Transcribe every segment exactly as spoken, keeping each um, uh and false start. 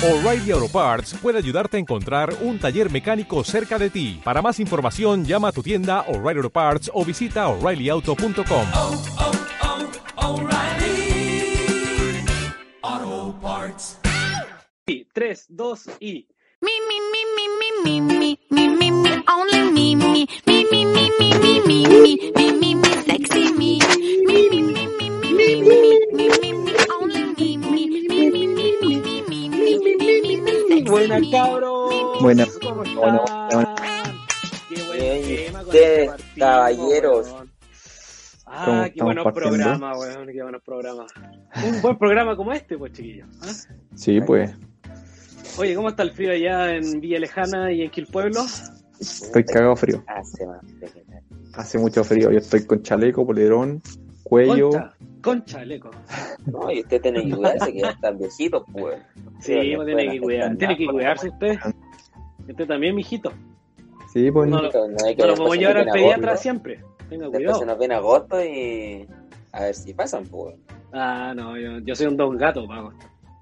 O'Reilly Auto Parts puede ayudarte a encontrar un taller mecánico cerca de ti. Para más información, llama a tu tienda O'Reilly Auto Parts o visita O'Reilly Auto punto com. Oh, oh, oh, O'Reilly Auto Parts. tres, dos y... Me, me, me, me, me, me, me, me, me, me, only me, me, me, me, me, me, me, me, me, me, me, me, sexy me, me, me, me, me, me, me, me, me, me, me, only me, me, me, me, me, me, me, me, me, me, me, sexy. Buena, cabros. Buena. ¿Cómo Bueno, están? Qué buen Bien, tema con ustedes, este partido, caballeros. weón. ¿Cómo Ah, qué estamos buenos partiendo? programas, weón, qué buenos programas. Un buen programa como este, pues, chiquillos. ¿Ah? Sí, pues. Oye, ¿cómo está el frío allá en Villa Lejana y en Quilpueblo? Estoy cagado frío. Hace más frío. Hace mucho frío. Yo estoy con chaleco, polerón, cuello. Concha, concha, chaleco. No, y usted tiene que cuidarse, que ya están viejitos, pues. Sí, pues tiene que cuidar, tiene que cuidarse usted. Usted también, mijito. Sí, pues. No, No, lo- No hay que No lo después podemos se llevar nos al viene pediatra agosto. siempre. Tenga Después cuidado. se nos viene agosto y a ver si pasan, pues. Ah, no, yo, yo soy un don gato, pago.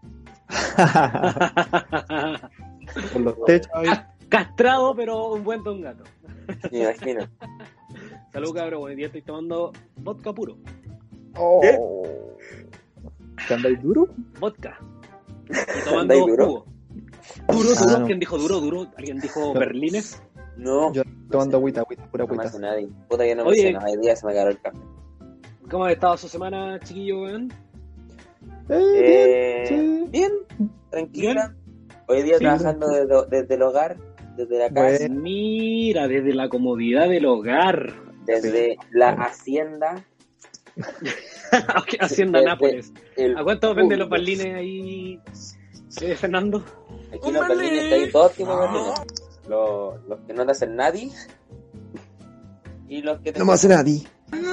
por los techos ahí. Castrado, pero un buen don gato. Me imagino. Salud, cabrón. Hoy día estoy tomando vodka puro. Oh. ¿Qué andáis duro? Vodka. Y tomando ¿Andáis duro? jugo. Duro, Ah, duro. no. ¿Quién dijo duro, duro? ¿Alguien dijo No. berlines? No, Yo tomando agüita, agüita, pura no me agüita. hace nadie. Puta que no me Oye. sé nada. Hoy día se me agarró el café. ¿Cómo ha estado su semana, chiquillo, weón? Eh, Eh, bien, sí. bien, tranquila. Hoy día Sí. trabajando desde, desde el hogar, desde la casa, Bueno. Mira, desde la comodidad del hogar. desde la hacienda. Hacienda Desde Nápoles. el ¿A cuánto venden los público. berlines ahí, eh, Fernando? Aquí los berlines, hay dos tipos de berlines. Los, los que no te hacen nadie y los que te No me hace nadie.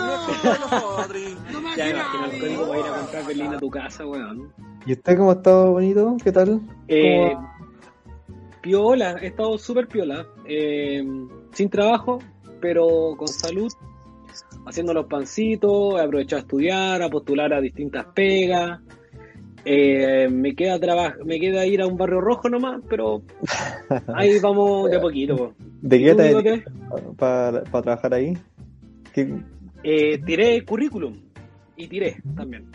Ya me imagino el código para ir a comprar berlín a tu casa, weón. ¿Y usted cómo ha estado, bonito? ¿Qué tal? Eh, ¿Cómo piola, he estado súper piola. Eh, sin trabajo, pero con salud. Haciendo los pancitos, he aprovechado a estudiar, a postular a distintas pegas. Eh, me queda traba- me queda ir a un barrio rojo nomás, pero ahí vamos de a poquito. Po. ¿De qué ¿Tú, te Bigote? para trabajar ahí? ¿Qué? Eh, tiré currículum y tiré también.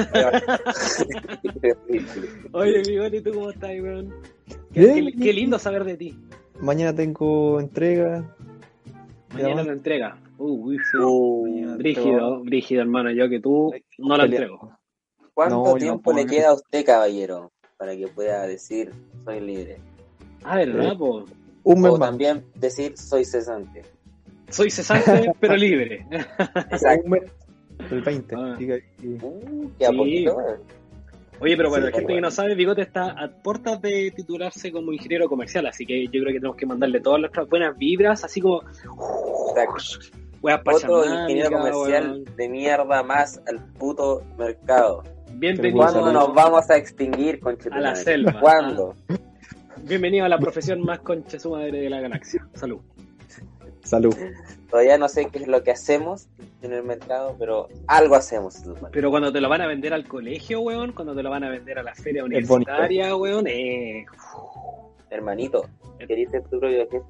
Oye, Bigote, ¿tú cómo estás, weón? Qué, Bien. qué- qué lindo saber de ti. Mañana tengo entrega. Mañana Ya. la entrega. Uh, uy, sí. Uh, Brígido, brígido, hermano. Yo que tú no la Pelea. entrego. ¿Cuánto No, yo tiempo no le puedo. queda a usted, caballero, para que pueda decir soy libre? Ah, ¿verdad, po? Un mes O más. también decir soy cesante. Soy cesante, pero libre. Exacto. Un mes. El veinte. Ah. Diga ahí. Uh, queda Sí. poquito, weón. Oye, pero para Sí, la gente que bueno. no sabe, Bigote está a puertas de titularse como ingeniero comercial, así que yo creo que tenemos que mandarle todas nuestras buenas vibras, así como Exacto. weas Otro pachamánicas, ingeniero comercial weón. de mierda más al puto mercado. Bienvenido ¿Cuándo salud. nos vamos a extinguir, conchetumare? A la selva. ¿Cuándo? Bienvenido a la profesión más concha su madre de la galaxia. Salud. Salud. Todavía no sé qué es lo que hacemos en el mercado, pero algo hacemos. se supone. Pero cuando te lo van a vender al colegio, weón, cuando te lo van a vender a la feria Es bonito. universitaria, weón, eh... Hermanito, ¿querías ser tu propio jefe?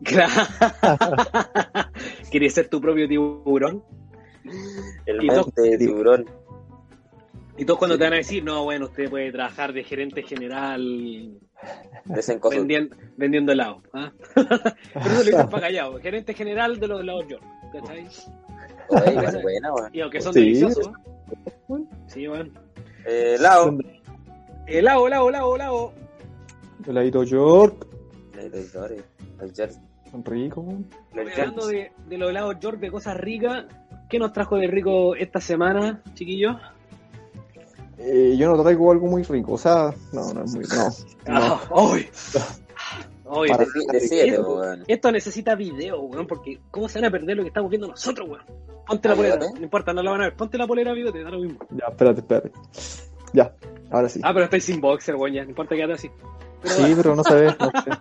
¿Querías ser tu propio tiburón? El Y mente de tiburón. Y todos cuando te van a decir, no, bueno, usted puede trabajar de gerente general Desencosud. vendiendo, vendiendo helado. ¿Ah? Pero eso lo dicen para callado. Gerente general de los helados York. ¿Cachai? Oye, igual buena, weón. Y aunque son Sí. deliciosos. Sí, weón. Eh, Lao. Helado, helado, helado, helado. Heladito York. El George. El George. Son ricos. El Oye, hablando George. de, de los helados York, de cosas ricas, ¿qué nos trajo de rico esta semana, chiquillos? Eh, yo no traigo algo muy rico. O sea, no, no es muy. No. no. Ah, ¡ay! Ay, Para- Deci- Decídete, esto, weón. esto necesita video, weón, porque ¿cómo se van a perder lo que estamos viendo nosotros, weón? Ponte la Ah, polera, Bigote. no importa, no la van a ver. Ponte la polera, Bigote, da lo mismo. Ya, espérate, espérate. Ya, ahora sí. Ah, pero estáis sin boxer, weón, ya, no importa, quédate así. Pero Sí, va. pero no sabes. No sé.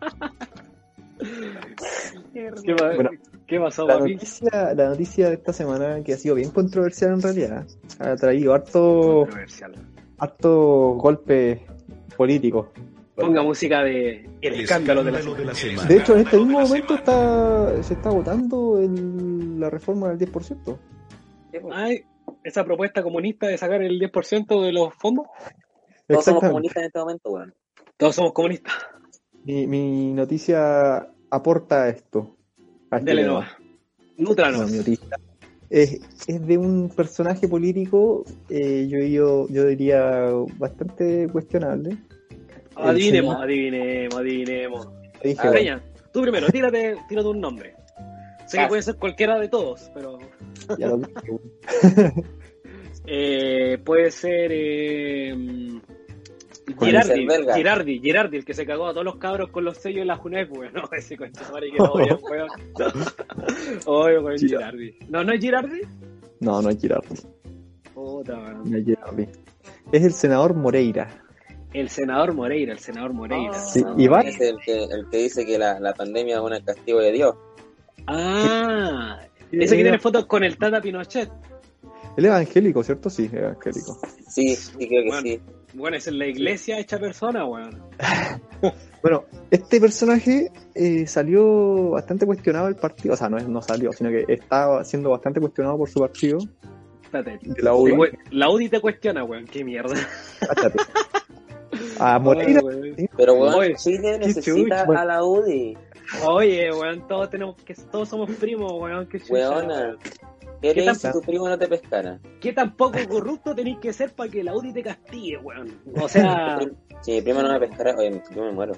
¿Qué, pa- Bueno, ¿Qué pasó, La papi? noticia, la noticia de esta semana, que ha sido bien controversial en realidad, ha traído harto, Controversial. harto golpe político. Ponga música de El escándalo de la semana. De hecho, en este mismo momento está se está votando el, la reforma del diez por ciento. Ay, esa propuesta comunista de sacar el diez por ciento de los fondos. Todos somos Exactamente. comunistas en este momento, weón. Todos somos comunistas. Mi, mi noticia aporta esto. A este Dele tema. nomás. Nútranos. Bueno, mi noticia es, es de un personaje político, eh, yo, yo, yo diría bastante cuestionable. Adivinemos, El adivinemos, adivinemos. Dije, A ver. Peña, tú primero, tírate, tírate un nombre. Sé que Fácil. puede ser cualquiera de todos, pero ya lo dije. eh, puede ser eh, Puede Girardi, ser belga. Girardi, Girardi, el que se cagó a todos los cabros con los sellos de la Junep, weón. No, ese conchetumare que no, weón, weón. Oye, weón, Girardi. No, no es Girardi. No, no es Girardi. Puta, weón. No es Girardi. Es el senador Moreira. El senador Moreira, el senador Moreira. Sí, Ah, y va- Es el que, el que dice que la, la pandemia es un castigo de Dios. Ah, ese que tiene fotos con el Tata Pinochet. Él es evangélico, ¿cierto? Sí, es evangélico. Sí, sí, creo que Bueno. sí. Bueno, es en la iglesia hecha persona, weón. Bueno, este personaje eh, salió bastante cuestionado del partido. O sea, no, es- no salió, sino que está siendo bastante cuestionado por su partido. Espérate. De la U D I. Te cue- La U D I te cuestiona, weón. Qué mierda. Cáchate. A Moreira. Oye, weón. sí, Pero, weón, Oye, Chile qué necesita chucha. a la U D I. Oye, weón, todos tenemos que todos somos primos, weón. Qué chucha, Weona. weón. ¿Qué ¿Qué harías tan- si tu primo no te pescara? ¿Qué tan poco corrupto tenéis que ser para que la U D I te castigue, weón? O sea, Si mi primo no me pescara, oye, yo me muero.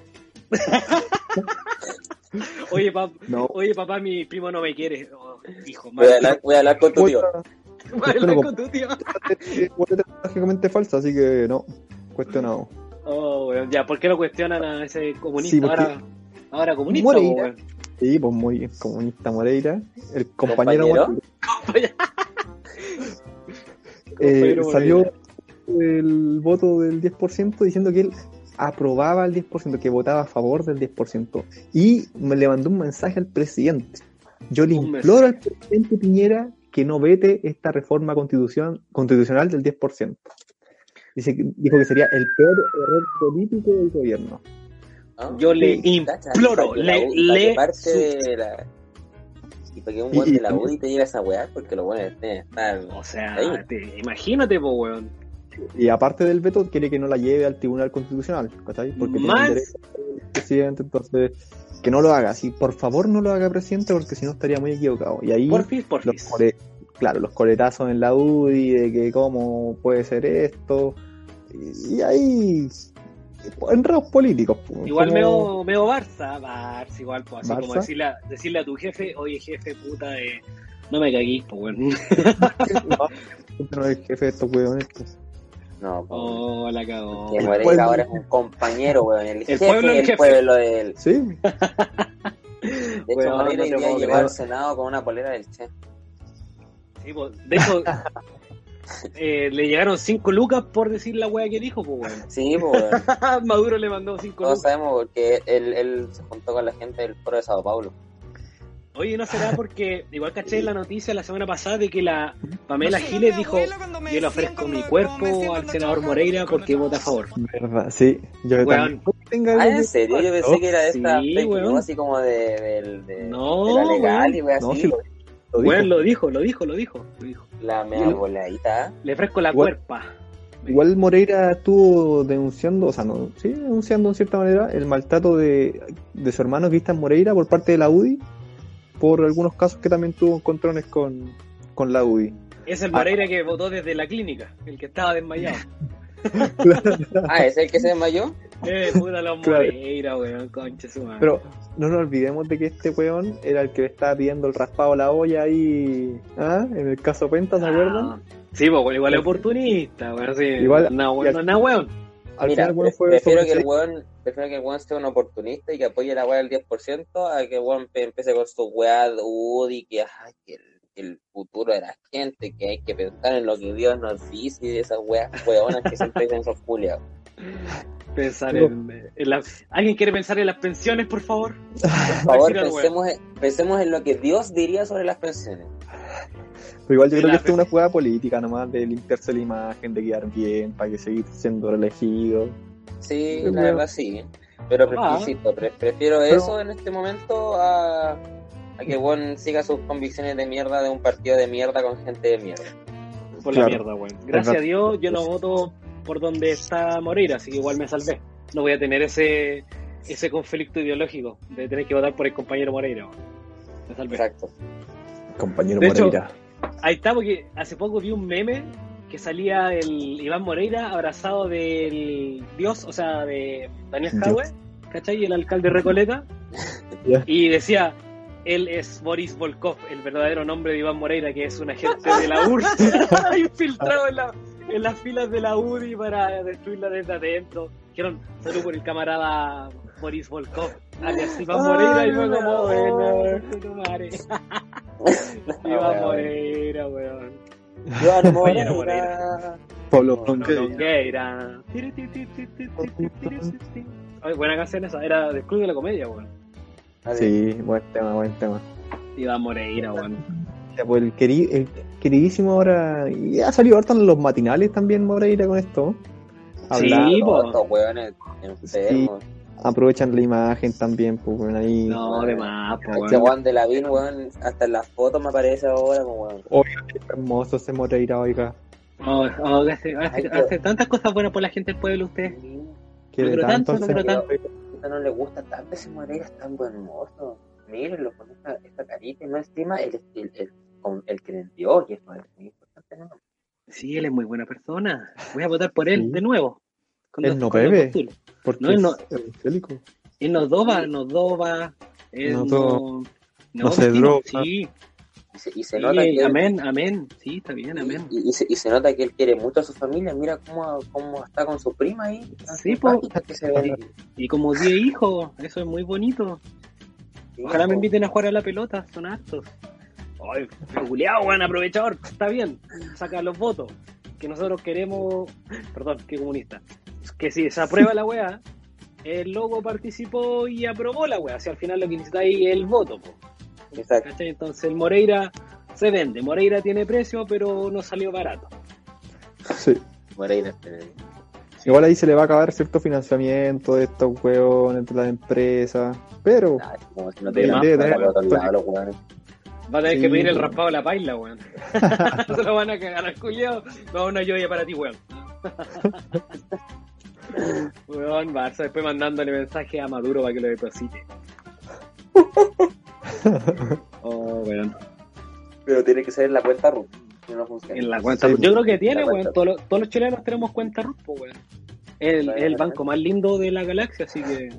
oye, pap, No. oye, papá, mi primo no me quiere. Oh, hijo, Voy a madre. hablar, voy a hablar con tu tío. Voy a hablar con tu tío. Es trágicamente falsa, así que no, cuestionado. Oh, weón, ya, ¿por qué lo cuestionan a ese comunista Sí, porque- ahora? Ahora comunista, Moreira. weón. Sí, pues muy comunista Moreira, el compañero, ¿Compañero? Moreira, eh, Compañero salió Moreira. el voto del diez por ciento diciendo que él aprobaba el diez por ciento, que votaba a favor del diez por ciento, y me le mandó un mensaje al presidente. Yo le Un imploro al presidente Piñera que no vete esta reforma constitución, constitucional del diez por ciento. Dice que, dijo que sería el peor error político del gobierno. ¿No? Yo le Sí, cacha, imploro, para que la le, U- para que le parte su- de la... Y para que un Y- buen de y- la U D I te llegue a esa weá, porque los buenos están... O sea, Ahí. te- imagínate, po, weón. Y aparte del veto, quiere que no la lleve al Tribunal Constitucional, ¿cachai? Porque tiene Más- el derecho del presidente, entonces, que no lo haga. Sí, por favor no lo haga, presidente, porque si no estaría muy equivocado. Y ahí, Porfis, los porfis. core- claro, los coletazos en la U D I, de que cómo puede ser esto, y, y ahí, enredos políticos. pues, Igual como- meo, meo Barça, Barça, igual, pues así ¿Barça? como decirle a, decirle a tu jefe, oye jefe, puta, eh, no me caguís, pues weón. No, no es el jefe de estos huevones. pues. No, po. Oh, la cagó. Que Moreira pueblo- ahora es un compañero, weón. El, jefe pueblo, el y el jefe. pueblo de él. Sí, De hecho, Weón, Moreira no hoy te día puedo llegó creer. al Senado con una polera del Che. Sí, pues, de hecho, eh, le llegaron cinco lucas por decir la wea que dijo, pues weón. Sí, pues, weón. Maduro le mandó cinco Todos lucas. sabemos porque él, él se juntó con la gente del foro de Sao Paulo. Oye, ¿no será porque igual caché en la noticia la semana pasada de que la Pamela Giles dijo, yo le ofrezco mi cuerpo al senador Moreira porque vota a favor? verdad, sí. Yo Weón. también tenga Ah, algo ¿en que- serio? Yo pensé que era de esta Sí, fake weón. news, así como de, de, de, No, de la legal y weón, No, así. sí lo, lo dijo. Weón, lo dijo, lo dijo, lo dijo, lo dijo. La mea voladita. Le ofrezco la Igual- cuerpa. Igual Moreira estuvo denunciando, o sea, no, sí, denunciando en cierta manera el maltrato de, de su hermano Cristian Moreira por parte de la U D I, por algunos casos que también tuvo encontrones con, con la U D I. Es el Moreira que votó desde la clínica, el que estaba desmayado. Ah, ¿es el que se desmayó? Eh, puta los Claro. Moreira, weón, concha su madre. Pero no nos olvidemos de que este weón era el que le estaba pidiendo el raspado a la olla ahí, ¿ah? En el caso Penta, ¿se acuerdan? Ah, sí, pues igual es oportunista, weón, sí. Igual- no, y weón, al- no, no, weón. Al Mira, final, weón, pre- fue prefiero, que sobre- el weón, prefiero que el weón sea un oportunista y que apoye la weá del diez por ciento a que el weón empe- empiece con su weá de U D I, que, ay, que el, que el futuro de la gente, que hay que pensar en lo que Dios nos dice y de esas weas weonas que siempre dicen esos culiados. Pensar Digo- en, en la... ¿Alguien quiere pensar en las pensiones, por favor? Por favor, Decir al weón. pensemos en, pensemos en lo que Dios diría sobre las pensiones. Pero igual yo de creo la que esto es una jugada política nomás, de limpiarse la imagen, de quedar bien, para que seguir siendo reelegido. Sí, Sí, la weón. verdad sí. Pero pre- Ah. insisto, pre- prefiero Pero- eso en este momento a, a que Juan siga sus convicciones de mierda de un partido de mierda con gente de mierda. Por Claro. la mierda, weón. Gracias a Dios, yo no voto por donde está Moreira, así que igual me salvé. No voy a tener ese ese conflicto ideológico de tener que votar por el compañero Moreira, weón. Me salvé. Exacto. Compañero De hecho, Moreira. Ahí está, porque hace poco vi un meme que salía el Iván Moreira abrazado del Dios, o sea, de Daniel Dios. Jadwe, ¿cachai? El alcalde de Recoleta. Ya. Y decía, él es Boris Volkov, el verdadero nombre de Iván Moreira, que es un agente de la U R S S, infiltrado en, la, en las filas de la U D I para destruirla desde adentro. Dijeron, salud por el camarada Boris Volkov, alias Iván Moreira, y fue como, bueno, tu madre. Iván Moreira, weón. Iván Compañero Moreira. Pablo Longueira. Ay, buena canción esa, era del Club de la Comedia, weón. Sí, buen tema, buen tema. Iván Moreira, weón. Ya, pues el, queri- el queridísimo ahora. Y ha salido harto en los matinales también Moreira con esto. Sí, Hablando, po. Estos hueones enfermos. aprovechan la imagen también, pues bueno, ahí. No, de más, po, Este weón. Juan de Lavín, weón, hasta en las fotos me aparece ahora, pues, weón. Oiga, qué hermoso ese Moreira, oiga. Oh, oh, hace, hace, hace tantas cosas buenas por la gente del pueblo, usted. Quiere Pero tanto tanto, ese pero tanto. Moreira. A no le gusta tanto ese Moreira, es tan buen mozo. Mírenlo con esta, esta carita, y no encima el, el, el, el, el que le envió, y eso es muy importante, ¿no? Sí, él es muy buena persona. Voy a votar por él Sí. de nuevo. Con Él dos- no con dos bebe. posturas. Porque No, él no- es evangélico. Él nos doba, nos doba. Él No no, to- no se sí, droga. Sí, Y se, y se sí, nota que él- amén, amén. Sí, está bien, amén. Y, y se, y se nota que él quiere mucho a su familia. Mira cómo, cómo está con su prima ahí. tan Sí, po. simpática que se ve. Y como diez hijos, eso es muy bonito. Ojalá me inviten a jugar a la pelota, son hartos. Ay, culiao, weón, aprovechador, está bien, saca los votos. Que nosotros queremos, perdón, qué comunista. Que si se aprueba la weá, el logo participó y aprobó la weá. Si al final lo que necesitáis es el voto, po. Exacto. ¿Cachai? Entonces el Moreira se vende. Moreira tiene precio, pero no salió barato. Sí. Moreira, este, Igual ahí se le va a acabar cierto financiamiento de estos hueones entre las empresas. Pero, ah, como si no De te más, por pues. otro lado, los hueones. Va a tener Sí, que pedir el po. raspado de la paila, weón. Se lo van a cagar al culiao. No, una lluvia para ti, weón. Weón, Barça después mandándole mensaje a Maduro para que lo deposite. Oh, weón. Pero tiene que ser en la cuenta RUT. Si no funciona. En la cuenta Sí, RUT. Yo creo que tiene, la weón. cuenta. Todos los, todos los chilenos tenemos cuenta RUT, po, weón. Es el, es el banco más lindo de la galaxia, así que.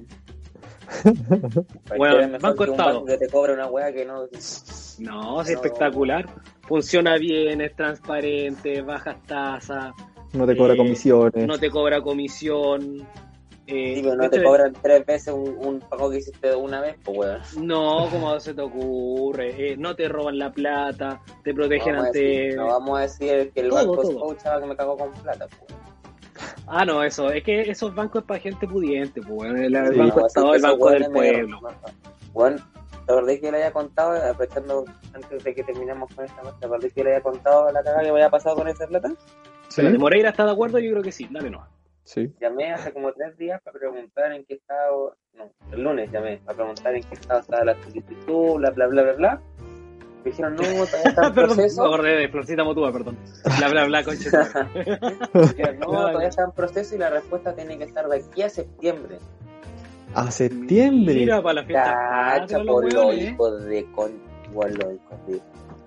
Cualquiera Bueno, es mejor Banco que un Estado. banco que te cobra una hueá que no. No, es No. espectacular. Funciona bien, es transparente, bajas tasas, no te cobra Eh, comisiones. no te cobra comisión. Eh, Sí, pero de no te hecho, cobran tres veces un, un pago que hiciste una vez, pues weón. No, como se te ocurre, eh, no te roban la plata, te protegen Vamos a ante... decir- No vamos a decir que el Todo, banco todo. Scotia que me cagó con plata, pues. Ah, no, eso, es que esos bancos es para gente pudiente, pues, bueno, el, el Sí, banco No, Estado, así el que banco esos del hueones me- pueblo. Bueno, ¿te acordás que le haya contado, aprovechando antes de que terminemos con esta parte, ¿te acordás que le haya contado la cagada que me había pasado con esa plata? Sí. Pero de Moreira está de acuerdo, yo creo que sí, dale no. Sí. Llamé hace como tres días para preguntar en qué estado, no, el lunes llamé para preguntar en qué estado estaba la solicitud, bla, bla, bla, bla, bla. Me dijeron, no, todavía está en Perdón, me proceso. acordé de Florcita Motúa, perdón. Bla, bla, bla, conche. Dijeron, no, todavía está en proceso y la respuesta tiene que estar de aquí a septiembre. A septiembre. Mira, para la fiesta. Cacha, por los hijos de con... Por los hijos de...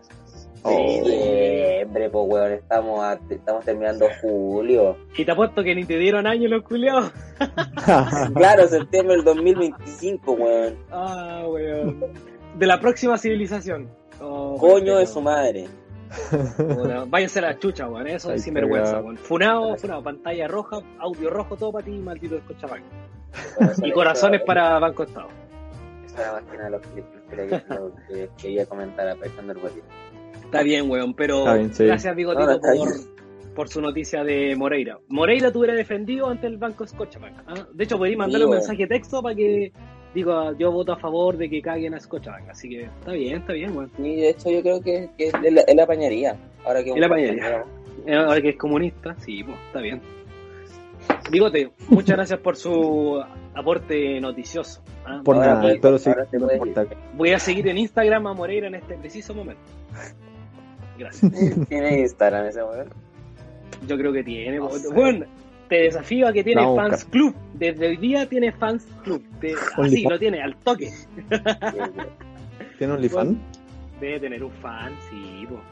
Septiembre, pues weón, estamos, a- estamos terminando julio. Y te apuesto que ni te dieron años los culiados. Claro, septiembre del dos mil veinticinco, weón. Ah, weón. De la próxima civilización. Oh, Coño de weón. su madre. Puta, váyanse a la chucha, weón. Eso Ay, es sinvergüenza, cagado. weón. Funado, funado. Pantalla roja, audio rojo, todo para ti, maldito de Scotiabank. Bueno, esa Y era- corazones esa- para Banco Estado. Esa era más que nada lo que, lo que- lo que quería comentar aprovechando el huevito. Está bien, weón, pero Está bien, sí. gracias, Bigotito, No, no, está por, bien. por su noticia de Moreira. Moreira te hubiera defendido ante el Banco Scotiabank. ¿Ah? De hecho, podéis mandarle Sí, un weón. mensaje de texto para que diga, yo voto a favor de que caguen a Scotiabank. Así que está bien, está bien, weón. Y de hecho yo creo que, que él, él apañaría. Ahora que un Él apañaría. compañero- Eh, Ahora que es comunista, sí, pues, está bien. Bigote, muchas gracias por su aporte noticioso. ¿ah? Por Ahora nada, puedes- pero sí, ahora te no puedes importa. Voy a seguir en Instagram a Moreira en este preciso momento. Gracias. Tiene Instagram ese weón. Yo creo que tiene. No sé. Bueno, te desafío a que tiene Vamos a fans club. Desde hoy día tiene fans club. Te- así OnlyFans. lo tiene, al toque. ¿Tiene OnlyFans? Debe tener un fan, sí, po.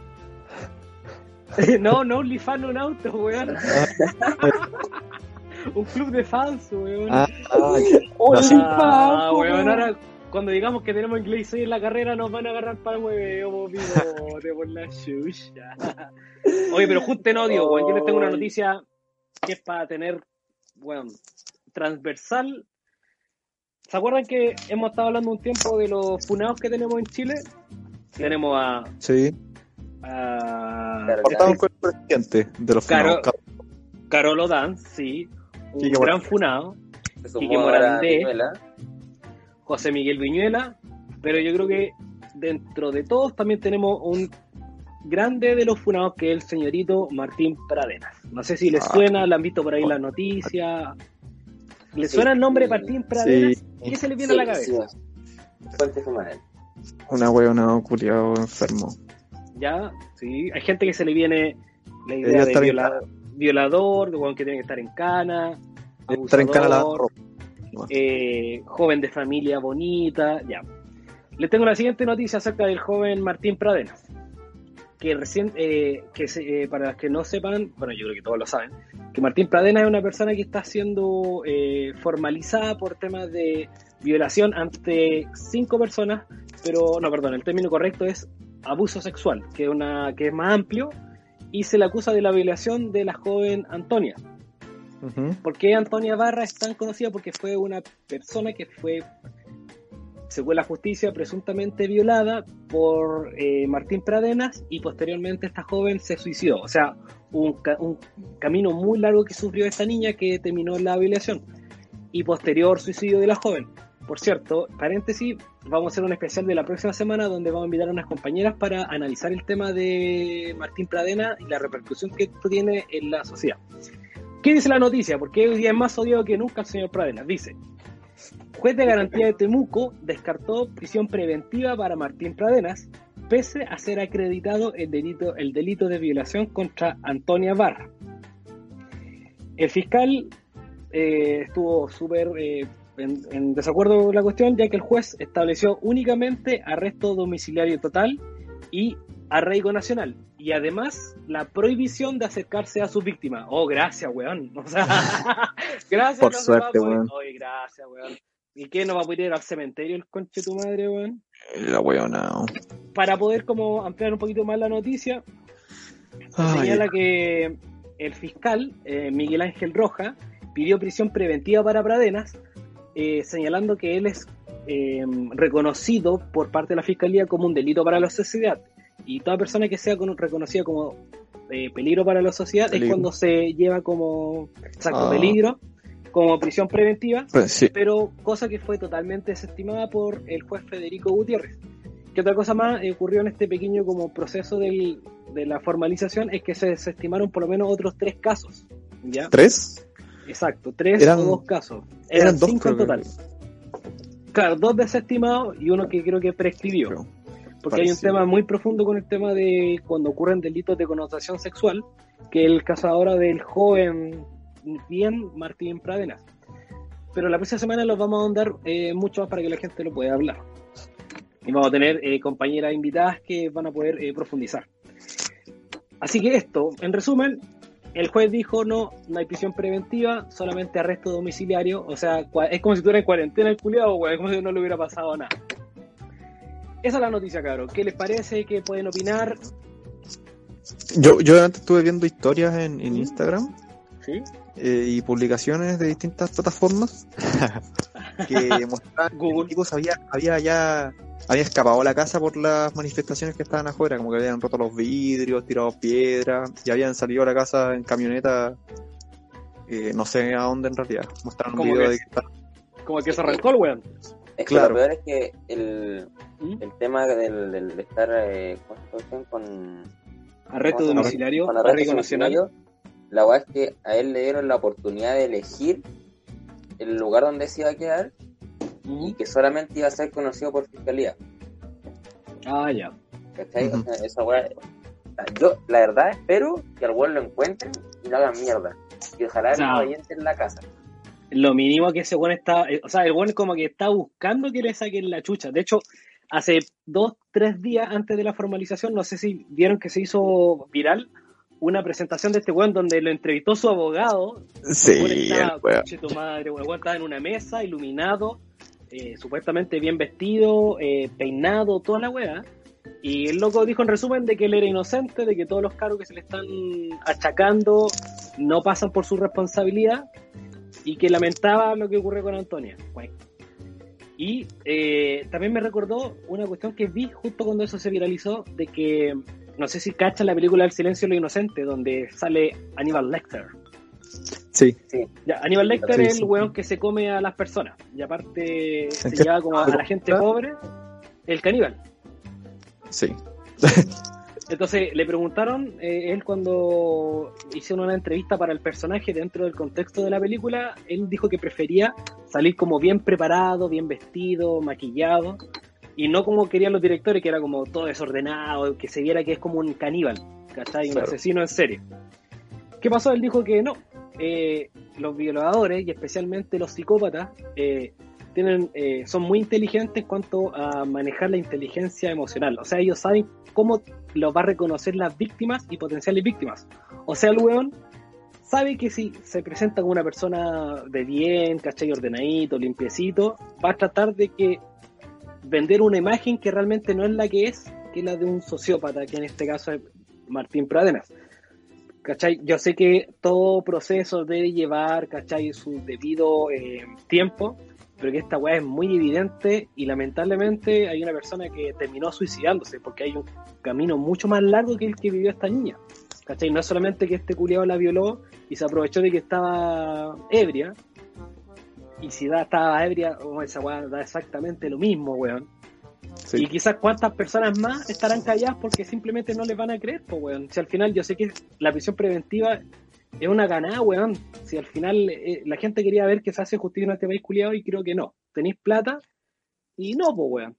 No, no OnlyFans, un auto, weón. Un club de fans, weón. Ah, ah, no, sí. Ah, weón, ahora cuando digamos que tenemos inglés seis en la carrera nos van a agarrar para el hueveo, bigote, por la chucha. Oye, pero justo en odio, weón, yo les tengo una noticia que es para tener, weón, transversal. ¿Se acuerdan que hemos estado hablando un tiempo de los funados que tenemos en Chile? Tenemos a... Sí. a Claro, Estamos con el presidente de los Caro- funados. Carol O'Dan, sí, un Quique gran Morandé. funado. Se sumó Quique ahora Morandé. Viñuela. José Miguel Viñuela, pero yo creo que dentro de todos también tenemos un grande de los funados que es el señorito Martín Pradenas. No sé si les Ah. suena, la han visto por ahí en las noticias. ¿Les Sí. suena el nombre Martín Pradenas? Sí. ¿Qué se les viene a la cabeza? Sí. Fuente Fumadel. Una huevona culiado enfermo. Ya, sí. Hay gente que se le viene la Debería idea de estar en viola- violador, de weón que tiene que estar en cana, Estar en cara la abusador, eh, joven de familia bonita, ya. Les tengo la siguiente noticia acerca del joven Martín Pradenas, que recién, eh, que se- eh, para los que no sepan, bueno, yo creo que todos lo saben, que Martín Pradenas es una persona que está siendo eh, formalizada por temas de violación ante cinco personas, pero no, perdón, el término correcto es abuso sexual, que es una que es más amplio, y se le acusa de la violación de la joven Antonia. Ujú. ¿Por qué Antonia Barra es tan conocida? Porque fue una persona que fue, según la justicia, presuntamente violada por eh, Martín Pradenas, y posteriormente esta joven se suicidó. O sea, un, ca- un camino muy largo que sufrió esta niña que terminó en la violación y posterior suicidio de la joven. Por cierto, paréntesis, vamos a hacer un especial de la próxima semana donde vamos a invitar a unas compañeras para analizar el tema de Martín Pradenas y la repercusión que esto tiene en la sociedad. ¿Qué dice la noticia? Porque hoy día es más odiado que nunca el señor Pradenas. Dice: juez de garantía de Temuco descartó prisión preventiva para Martín Pradenas, pese a ser acreditado el delito, el delito de violación contra Antonia Barra. El fiscal eh, estuvo súper eh, en, en desacuerdo con la cuestión, ya que el juez estableció únicamente arresto domiciliario total y arraigo nacional, y además la prohibición de acercarse a su víctima. Oh, gracias, weón. O sea, gracias. Por no se va a suerte, poder- weón. Oye, gracias, weón. ¿Y qué, no va a poder ir al cementerio el conche tu madre, weón? La huevona. Para poder como ampliar un poquito más la noticia, Ay, señala que el fiscal, eh, Miguel Ángel Roja, pidió prisión preventiva para Pradenas, eh, señalando que él es eh, reconocido por parte de la Fiscalía como un delito para la sociedad. Y toda persona que sea con- reconocida como eh, peligro para la sociedad Peligro. es cuando se lleva como exacto, Ah. peligro, como prisión preventiva, pues sí. pero cosa que fue totalmente desestimada por el juez Federico Gutiérrez. ¿Qué otra cosa más eh, ocurrió en este pequeño como proceso del, de la formalización? Es que se desestimaron por lo menos otros tres casos. ¿Ya? ¿Tres? Exacto, tres Eran- o dos casos. Eran, eran dos, cinco en creo total. que- Claro, dos desestimados y uno que creo que prescribió. Creo. Porque hay un Parecido. tema muy profundo con el tema de cuando ocurren delitos de connotación sexual, que es el caso ahora del joven bien Martín Pradenas. Pero la próxima semana los vamos a ahondar eh, mucho más para que la gente lo pueda hablar. Y vamos a tener eh, compañeras invitadas que van a poder eh, profundizar. Así que esto, en resumen, el juez dijo no, no hay prisión preventiva, solamente arresto domiciliario. O sea, cua- es como si estuviera en cuarentena el culiado, güey, como si no le hubiera pasado nada. Esa es la noticia, cabrón. ¿Qué les parece? ¿Qué pueden opinar? Yo, yo antes estuve viendo historias en, en ¿Mm? Instagram ¿Sí? eh, y publicaciones de distintas plataformas que mostraban que Google. el tipo se había, había ya había escapado a la casa por las manifestaciones que estaban afuera, como que habían roto los vidrios, tirado piedras y habían salido a la casa en camioneta, eh, no sé a dónde en realidad. Mostraron un ¿Cómo video que de es? que estaba- Como el que se arrancó el weón. Es que Claro. lo peor es que el, ¿Mm? el tema del, del de estar eh, ¿cómo se llama? con Arresto ¿cómo se llama? domiciliario, Con arresto arraigo nacional. domiciliario, La weá es que a él le dieron la oportunidad de elegir el lugar donde se iba a quedar y que solamente iba a ser conocido por fiscalía. Ah, ya. ¿Cachai? Uh-huh. O sea, esa weá... Yo, la verdad, espero que al weón lo encuentren y lo hagan mierda. Y ojalá No. no vayente en la casa. Lo mínimo que ese weón está, eh, o sea, el weón como que está buscando que le saquen la chucha. De hecho, hace dos, tres días antes de la formalización, no sé si vieron que se hizo viral una presentación de este weón donde lo entrevistó su abogado. Sí, El weón estaba, el weón. conche tu madre, weón, el weón estaba en una mesa, iluminado, eh, supuestamente bien vestido, eh, peinado, toda la weá. Y el loco dijo en resumen de que él era inocente, de que todos los cargos que se le están achacando no pasan por su responsabilidad y que lamentaba lo que ocurrió con Antonia. Bueno. Y eh, también me recordó una cuestión que vi justo cuando eso se viralizó, de que, no sé si cachan la película El silencio de los inocentes, donde sale Aníbal Lecter. Sí. Ya, Aníbal Lecter Sí, es el sí. weón que se come a las personas y aparte se qué- lleva como a la gente pobre, el caníbal. Sí. Entonces le preguntaron, eh, él cuando hicieron una entrevista para el personaje dentro del contexto de la película, él dijo que prefería salir como bien preparado, bien vestido, maquillado, y no como querían los directores, que era como todo desordenado, que se viera que es como un caníbal, ¿cachai? Un Claro. asesino en serie. ¿Qué pasó? Él dijo que no, eh, los violadores y especialmente los psicópatas eh, tienen, eh, son muy inteligentes en cuanto a manejar la inteligencia emocional. O sea, ellos saben cómo lo va a reconocer las víctimas y potenciales víctimas. O sea, el weón sabe que si se presenta como una persona de bien, ¿cachai? Ordenadito, limpiecito, va a tratar de que vender una imagen que realmente no es la que es, que es la de un sociópata, que en este caso es Martín Pradenas. ¿Cachai? Yo sé que todo proceso debe llevar, ¿cachai? Su debido eh, tiempo, pero que esta weá es muy evidente y lamentablemente hay una persona que terminó suicidándose porque hay un camino mucho más largo que el que vivió esta niña. ¿Cachai? No es solamente que este culiao la violó y se aprovechó de que estaba ebria, y si da, estaba ebria, oh, esa weá da exactamente lo mismo, weón. Sí. Y quizás cuántas personas más estarán calladas porque simplemente no les van a creer, pues, weón. Si al final yo sé que la prisión preventiva es una ganada, weón. Si al final eh, la gente quería ver que se hace justicia en este país culiado y creo que no. Tenéis plata y no, pues, weón.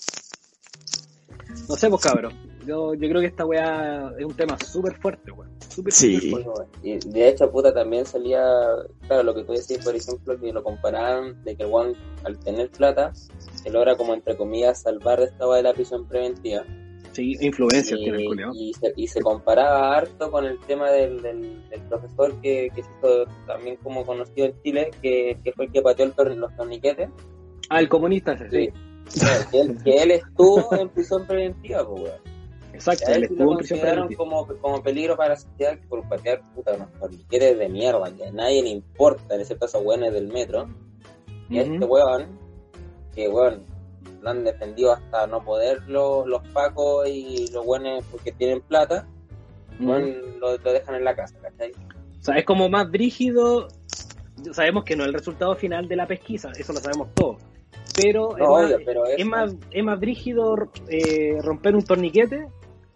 No sé, pues, cabrón. Yo, yo creo que esta weá es un tema súper fuerte, weón. Súper, Sí. súper fuerte. Y de hecho, puta, también salía, claro, lo que tú decís, por ejemplo, que lo comparaban de que el one, al tener plata, se logra como, entre comillas, salvar de esta weá de la prisión preventiva. Sí, influencia tiene el Y, culiao. y, se, y se comparaba harto con el tema del, del, del profesor que, que se hizo también como conocido en Chile, que, que fue el que pateó el torn- los torniquetes. Ah, el comunista ese, sí. Claro, que, él, que él estuvo en prisión preventiva, pues, weón. Exacto, A él él sí estuvo lo en prisión consideraron preventiva. como, como peligro para la sociedad por patear, puta, unos torniquetes de mierda que a nadie le importa, en ese caso, weones del metro. Y a Ujú. este weón, que weón, lo han defendido hasta no poder los, los pacos y los weones porque tienen plata, Ujú. weón, lo, lo dejan en la casa, ¿cachai? O sea, es como más brígido. Sabemos que no es el resultado final de la pesquisa, eso lo sabemos todos. Pero, No, es, más, obvio, pero es, eso- más, es más brígido eh, romper un torniquete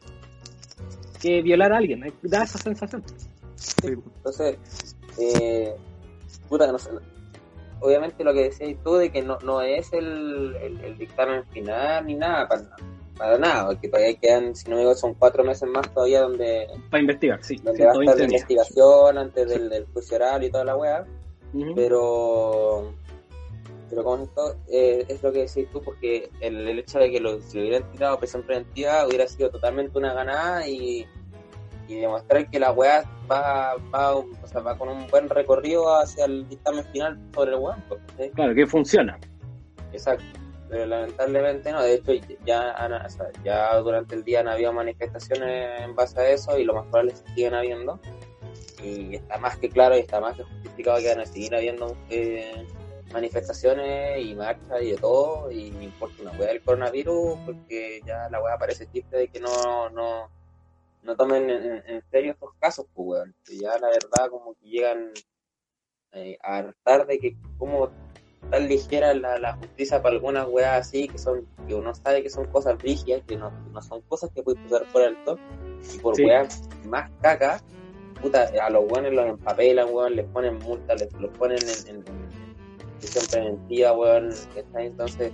que violar a alguien. eh, Da esa sensación. Entonces, eh, puta, no sé, obviamente lo que decías tú de que no, no es el, el, el dictamen final ni nada, para, para nada, porque todavía quedan, si no me equivoco, son cuatro meses más todavía donde, Para investigar, sí. donde va a estar la ciento veinte días. investigación antes del, del juicio oral y toda la weá, Ujú. pero pero con esto eh, es lo que decís tú, porque el, el hecho de que lo, si lo hubieran tirado a prisión preventiva hubiera sido totalmente una ganada y, y demostrar que la weá va, va, o sea, va con un buen recorrido hacia el dictamen final sobre el weón, pues, ¿sí? Claro, que funciona. Exacto, pero lamentablemente no. De hecho, ya, han, o sea, ya durante el día han habido manifestaciones en base a eso y lo más probable es que siguen habiendo, y está más que claro y está más que justificado que van a seguir habiendo eh, manifestaciones y marchas y de todo, y no importa una weá del coronavirus, porque ya la weá parece chiste de que no no no tomen en, en serio estos casos, pues weón, que ya la verdad como que llegan eh, a hartar de que como tan ligera la, la justicia para algunas weas así, que son que uno sabe que son cosas rígidas, que no, no son cosas que puedes pasar por alto, y por Sí. weas más caca puta, a los buenos los empapelan, weón, les ponen multas, les los ponen en, en, en prisión preventiva, weón, ¿cachai? Entonces,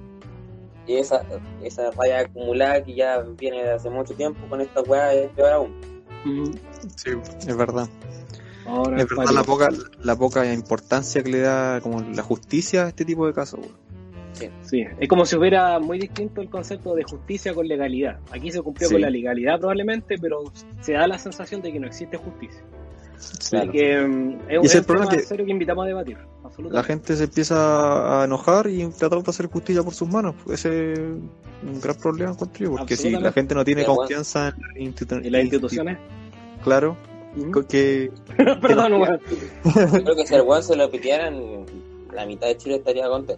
y esa, esa raya acumulada que ya viene de hace mucho tiempo con esta weá es peor aún. Mm. Sí, es verdad. Ahora Es verdad vale. la poca, la poca importancia que le da como la justicia a este tipo de casos, weón. Sí, es como si hubiera muy distinto el concepto de justicia con legalidad. Aquí se cumplió Sí. con la legalidad probablemente, pero se da la sensación de que no existe justicia. Sí. Así que mm, es, Y es ese un problema tema que- serio que invitamos a debatir. La Absolutamente. gente se empieza a enojar y tratar de hacer justicia por sus manos. Ese es un gran problema encuentro yo, porque si la Absolutamente. gente no tiene Sí, bueno. confianza en las institu- ¿Y las instituciones? claro, Ujú. co- que Perdón, weón. Yo creo que si al weón se lo pidieran, la mitad de Chile estaría contento.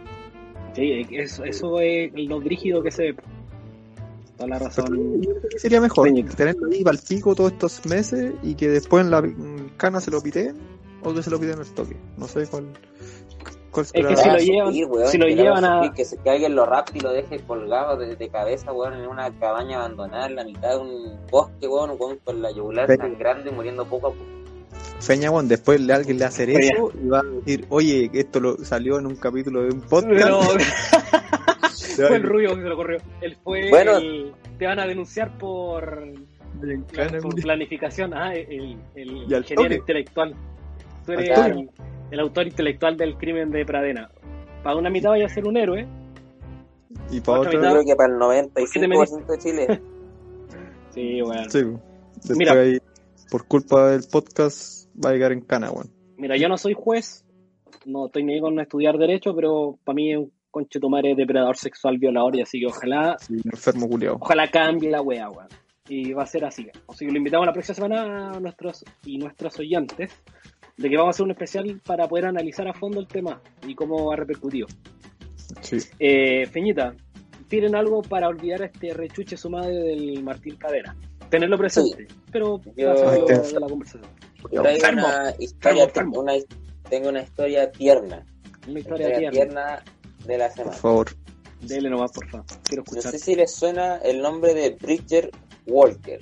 Sí, eso, eso es lo brígido que se ve. Toda la razón. yo creo que sería mejor Peña. tenerlo ahí para el pico todos estos meses y que después en la mm, cana se lo piteen o que se lo piden al toque. No sé cuál. cuál Es será. que si lo haga llevan- sufrir, weón, si lo que le haga llevan a- sufrir, Que, se, que alguien lo rapte y lo deje colgado de, de cabeza, weón, en una cabaña abandonada en la mitad de un bosque, weón, weón, con la yugular Pero- tan grande muriendo poco a poco. Feña, bueno, después le, alguien le va a hacer Feña. eso y va a decir, oye, esto lo salió en un capítulo de un podcast. Pero Le va a fue el decir, rubio que se lo corrió. Él fue Bueno. el- te van a denunciar por, Desencana, por Muli. planificación. Ah, el, el Y al ingeniero toque. intelectual. Tú Al eres toque. el, el autor intelectual del crimen de Pradena. Para una mitad vaya a ser un héroe. Y para Otra Yo otra, mitad. creo que para el noventa y cinco por ciento de Chile. Sí, bueno. sí, después Mira. ahí, por culpa del podcast, va a llegar en cana, weón. Mira, yo no soy juez, no estoy ni ahí con estudiar derecho, pero para mí es un conchetumare depredador sexual violador, y así que ojalá, Sí, enfermo culiao. ojalá cambie la wea, weón. Y va a ser así. Así que lo invitamos la próxima semana a nuestros y nuestros oyentes, de que vamos a hacer un especial para poder analizar a fondo el tema y cómo ha repercutido. Sí. Eh, Feñita, tienen algo para olvidar a este rechuche su madre del Martín Cadena. Tenerlo presente, pero Yo- hacerlo Este- de la conversación. Traigo Enfermo. una historia, Enfermo, enfermo. una, tengo una historia tierna. Una Historia historia tierna. tierna de la Por semana. favor. Dele nomás, por favor. Quiero No escuchar. sé si les suena el nombre de Bridger Walker.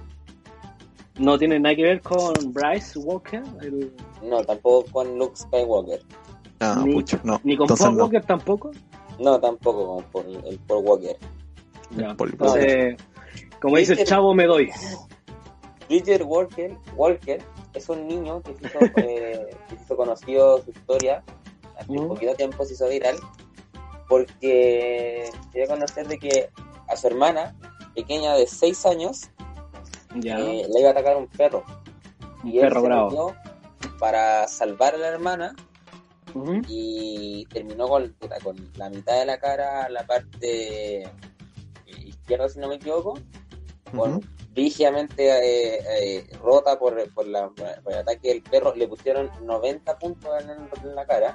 No tiene nada que ver con Bryce Walker, el- No, tampoco con Luke Skywalker. Ah, Ni- pucha, no. ni con Entonces Paul no. Walker tampoco. No, tampoco con Paul- el Paul Walker. Ya, Paul entonces, como dice el chavo, me doy. Bridger Walker, Walker es un niño que se hizo, eh, que se hizo conocido su historia hace Mm. poquito tiempo, se hizo viral porque quería conocer de que a su hermana pequeña de seis años Ya, eh, le iba a atacar un perro un y él perro se bravo. metió para salvar a la hermana Ujú. y terminó con, puta, con la mitad de la cara, la parte eh, izquierda si no me equivoco, con Ujú. rígidamente eh, eh, rota por, por, la, por el ataque del perro. Le pusieron noventa puntos en, el- en la cara.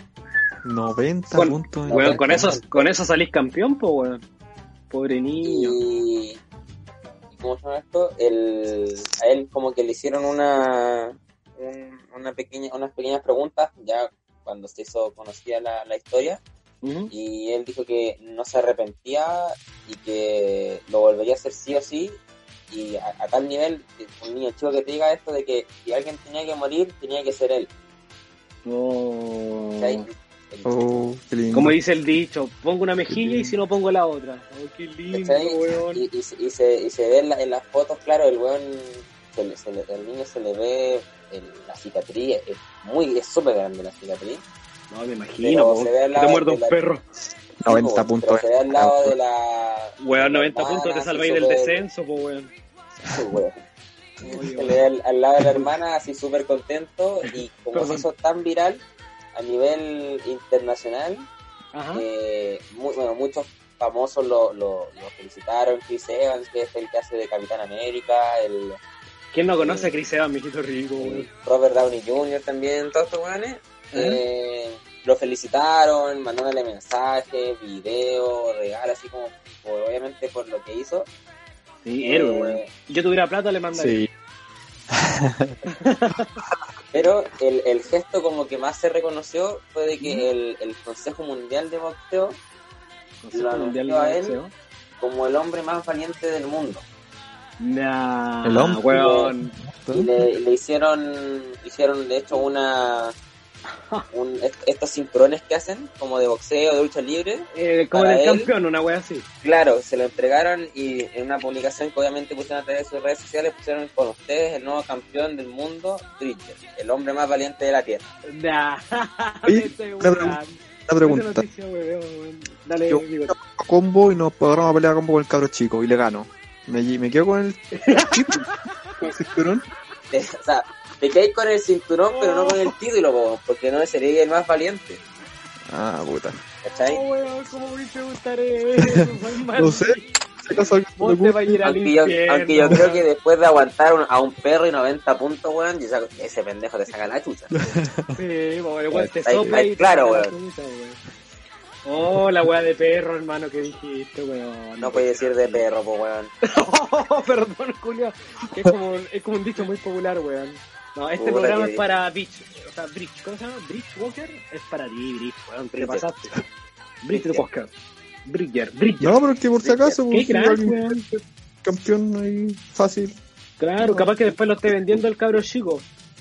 noventa Con- puntos. en- Weón, con eso, con eso salís campeón, po, weón. Pobre niño. Y, y ¿cómo se llama esto? El, a él como que le hicieron una, un- una pequeña, unas pequeñas preguntas ya cuando se hizo conocida la, la historia. Ujú. Y él dijo que no se arrepentía y que lo volvería a hacer sí o sí, y a, a tal nivel, un niño chico que te diga esto de que si alguien tenía que morir, tenía que ser él. Oh. ¿Cachai? El- Oh, qué lindo. Como dice el dicho, pongo una mejilla y si no pongo la otra. Oh, qué lindo, ¿cachai? weón. Y, y, se- y se, y se ve en, la- en las fotos, claro, el weón, se le- se le- el niño se le ve el- la cicatriz, es muy, es súper grande la cicatriz. No, me Pero imagino, po, se ve al que te lado muerda de un la- perro. noventa Sí, po, puntos. pero se ve al lado de la... Weón, la noventa hermana, puntos te así salváis del súper- descenso, po, weón. Sí, weón. Oye, Se le ve al, al lado de la hermana así súper contento, y como Perdón. se hizo tan viral a nivel internacional, Ajá. eh, mu- bueno, muchos famosos lo, lo, lo felicitaron. Chris Evans, que es el que hace de Capitán América, el, ¿Quién no conoce a Chris Evans, mijito rico, el weón? Robert Downey junior también, todos estos weones, eh, lo felicitaron, mandándole mensajes, videos, regalos, así como por- obviamente por lo que hizo. Sí, Eh, héroe, weón. Si yo tuviera plata, le mandaría. Sí. Pero el, el gesto como que más se reconoció fue de que Ujú. el, el Consejo Mundial de Boxeo Consejo lo Mundial anunció a de él Boxeo. como el hombre más valiente del mundo. Nah, El hombre. weón. Y le, le hicieron, hicieron de hecho una, un, est- estos cinturones que hacen, como de boxeo, de lucha libre. Eh, como Para el él. campeón, una wea así. Claro, se lo entregaron y en una publicación que obviamente pusieron a través de sus redes sociales, pusieron con ustedes el nuevo campeón del mundo, Bridger, el hombre más valiente de la tierra. Nah. Oye, Este una weón. pregunta. Esa Una pregunta. noticia, weón, weón. Dale, Yo amigo. a combo y nos agarramos a pelear a combo con el cabro chico y le gano. Me, me quedo con el título. Con el cinturón. Eh, o sea, te quedáis con el cinturón, pero no con el título, po, porque no sería el más valiente. Ah, puta. ¿Cachai? Oh, weón, ¿cómo me preguntaré eso? Soy mal. No sé. Si acaso alguien se Vos le te vas a ocurre. ir al Aunque yo, infierno. aunque yo creo weón. que después de aguantar un- a un perro y noventa puntos, weón, yo saco- ese pendejo te saca la chucha. Sí, po, el weón te Está ahí- sopla ahí y te claro, saca la weón. chucha, weón. Oh, la weá de perro, hermano, que dijiste, weón. No puedes decir de perro, po, weón. Oh, perdón, Julio. Es como, es como un dicho muy popular, weón. No, este Puta programa que- es para Bridge. O sea, Bridge, ¿cómo se llama? Bridge Walker es para ti, Bridge, weón. Te Bridger. pasaste. Bridge Bridger. Walker. Bridger, Bridger. No, pero es que por si acaso, Qué pues, si crack, alguien weón. quiere ser campeón ahí fácil. Claro, capaz que después lo esté vendiendo el cabro chico.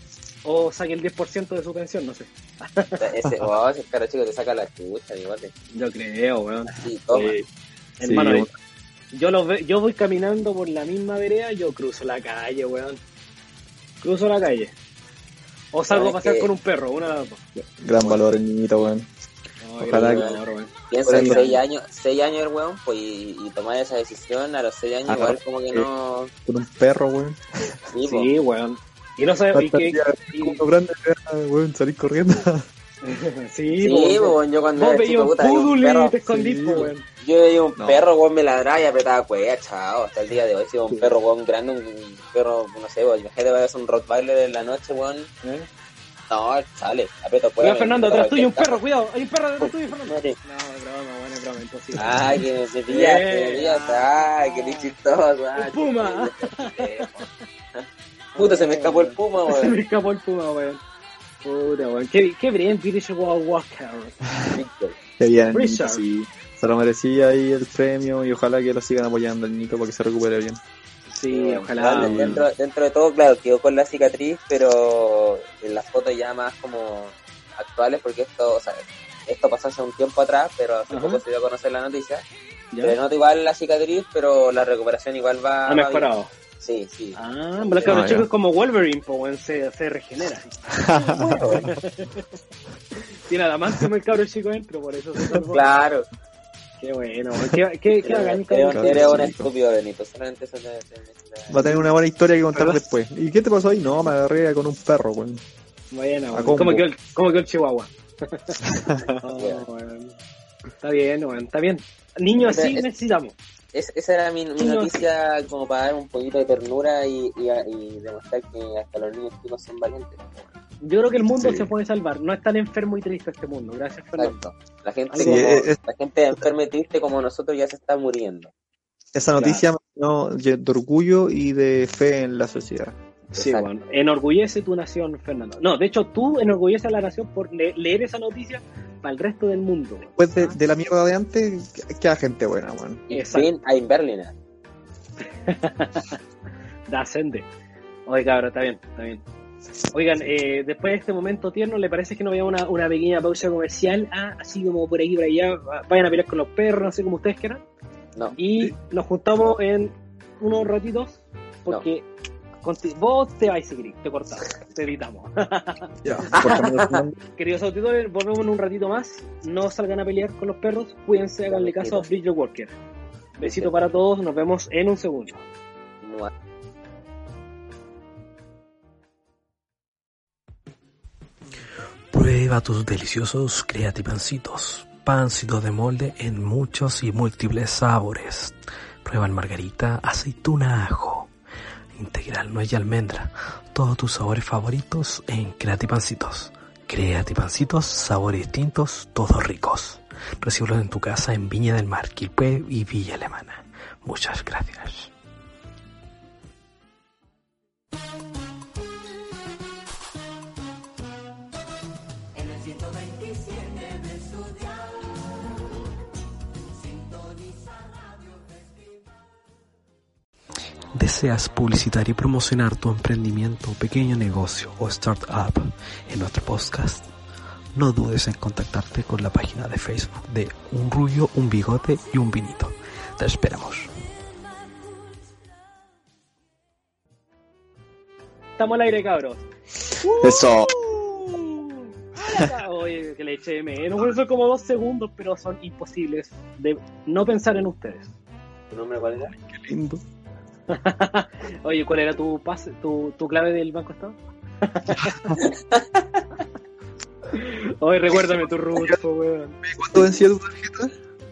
O saque el diez por ciento de su pensión, no sé. Ese, wow, ese caro chico te saca la chucha, igual. Yo creo, weón. Sí, toma. Eh, hermano, Sí, yo, lo ve- yo voy caminando por la misma vereda, yo cruzo la calle, weón. Cruzo la calle. O salgo a Es pasear que- con un perro, una de las dos. Gran valor el niñito, weón. Ay, Ojalá gran que- valor, weón. Piensa Por en eso. seis años, seis años el weón, pues, y, y tomar esa decisión a los seis años, Ah, igual como que sí. no. Con un perro, weón. Sí, po. Sí, weón. Y no sé, y que... y- Como grande, weón, salir corriendo. sí, Sí, po, po, po. weón, yo cuando Vos era veías chico, un puta, veía un poodle y perro, te escondís, Sí, po, po. weón. yo veía un No. perro, weón, me ladraba y apretaba cuea, chao, hasta el día de hoy, si veo un perro, weón, grande, un perro, no sé, weón, imagínate, vayas a un Rottweiler en la noche, weón, ¿Eh? no, sale, aprieto cuea. Cuidado, me- Fernando, me atrás meto tuyo un cualquier perro, cuidado, hay un perro detrás tuyo, Fernando. No, Madre. es broma, weón, es broma, imposible. Ay, que me pillaste, me pillaste, ay, que ni chistoso, ay, Un puma. Puta, se me escapó el puma, Se me weón. escapó el puma, weón. Puta, weón. Qué, qué bien, British World Walker. Qué bien, el Richard. niñito, sí. Se lo merecía ahí el premio y ojalá que lo sigan apoyando el Nico para que se recupere bien. Sí, ojalá. Igual, weón. dentro, dentro de todo, claro, quedó con la cicatriz, pero en las fotos ya más como actuales, porque esto, o sea, esto pasó hace un tiempo atrás, pero hace Ajá. poco se dio a conocer la noticia. ¿Ya? Se le nota igual la cicatriz, pero la recuperación igual va. Ha va bien. mejorado. Sí, sí. Ah, pero cabrón Ah, chico ya. es como Wolverine, po, weón, se, se regenera. Tiene adamantium el cabro chico dentro, por eso se salvó. Claro. Qué bueno, weón. Qué, qué, qué bacán, Eres, cabrón eres cabro chico. un chico. estúpido, Benito. Solamente eso te, te- te- Va a tener una buena historia que contar después. ¿Y qué te pasó ahí? No, me agarré con un perro, weón. Bueno, A weón. combo. ¿Cómo quedó el, cómo quedó el chihuahua? Oh, weón. Está bien, weón, está bien. Niños así Es- necesitamos. Es- esa era mi, mi Sí, no. noticia como para dar un poquito de ternura y, y, y demostrar que hasta los niños chicos son valientes. Yo creo que el mundo Sí. se puede salvar. No es tan enfermo y triste este mundo. Gracias, Fernando. Exacto. La gente, Sí, como, es- es- la gente enferma y triste como nosotros ya se está muriendo. Esa noticia me llenó de orgullo y de fe en la sociedad. Sí, Exacto. bueno. Enorgullece tu nación, Fernando. No, de hecho, tú enorgulleces a la nación por le- leer esa noticia para el resto del mundo. Después de, de la mierda de antes, queda gente buena, weón. Y Exacto. fin ein Berliner. Da ascende. Oye, cabrón, está bien, está bien. Oigan, eh, después de este momento tierno, ¿le parece que nos veamos una, una pequeña pausa comercial? Ah, así como por aquí, por allá. Vayan a pelear con los perros, no sé como ustedes quieran. No. Y nos juntamos en unos ratitos, porque conti- vos te vais, si querés, te cortamos, te editamos. Ya, cortamos. Queridos auditores, volvemos en un ratito más. No salgan a pelear con los perros, cuídense, háganle caso a Bridger Walker. Besito para todos, nos vemos en un segundo. No. Prueba tus deliciosos Creatipancitos, pancitos de molde en muchos y múltiples sabores. Prueba el margarita, aceituna, ajo, integral, nuez y almendra. Todos tus sabores favoritos en Creatipancitos. Creatipancitos, sabores distintos, todos ricos. Recíbelos en tu casa en Viña del Mar, Quilpué y Villa Alemana. Muchas gracias. ¿Deseas publicitar y promocionar tu emprendimiento, pequeño negocio o startup en nuestro podcast? No dudes en contactarte con la página de Facebook de Un Rubio, Un Bigote y Un Vinito. Te esperamos. Estamos al aire, cabros. Eso. Ah, oye, que le eché de menos. Bueno, son como dos segundos, pero son imposibles de no pensar en ustedes. ¿Tu nombre cuál era? Qué lindo. Oye, ¿cuál era tu pase, tu, tu clave del Banco Estado? Oye, recuérdame tu rufo, weón. ¿Cuánto vencía tu tarjeta?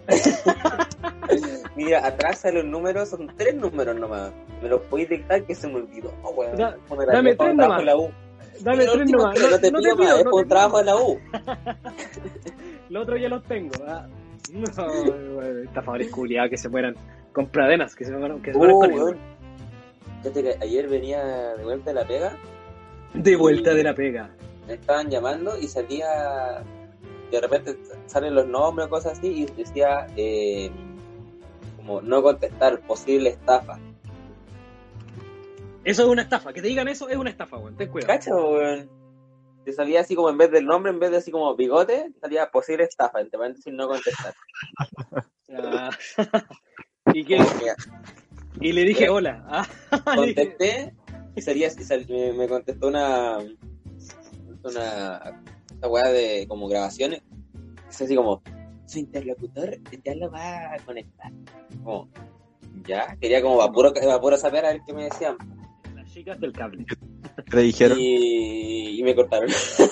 Mira, atrás sale un número, son tres números nomás. Me los podéis dictar que se me olvidó. Oh, weón. Da- Como era dame que para tres un trabajo nomás. en la U. Dame Pero tres último, nomás. pero no te no pido te más, pido, es no por te un trabajo en la U. Los otros ya los tengo. Ah. No, weón, estafadores culiados que se mueran con pradenas, que se mueran, que se mueran Oh, con él. weón. Fíjate que ayer venía de vuelta de la pega, De vuelta de la pega. me estaban llamando y salía, de repente salen los nombres o cosas así y decía eh, como no contestar, posible estafa. Eso es una estafa. Que te digan eso es una estafa, weón. Ten cuidado. ¿Cacho, weón? Te salía así como en vez del nombre, en vez de así como bigote, salía posible estafa, te van a decir no contestar. Ah. ¿Y qué? Mira, Y le dije hola. Ah, le dije- contesté y salía, y sal- me, me contestó una una esta weá de como grabaciones, es así como su interlocutor ya lo va a conectar, como ya, quería como va puro, va puro saber a ver qué me decían Las chicas del cable. ¿Qué le dijeron? y, y me cortaron.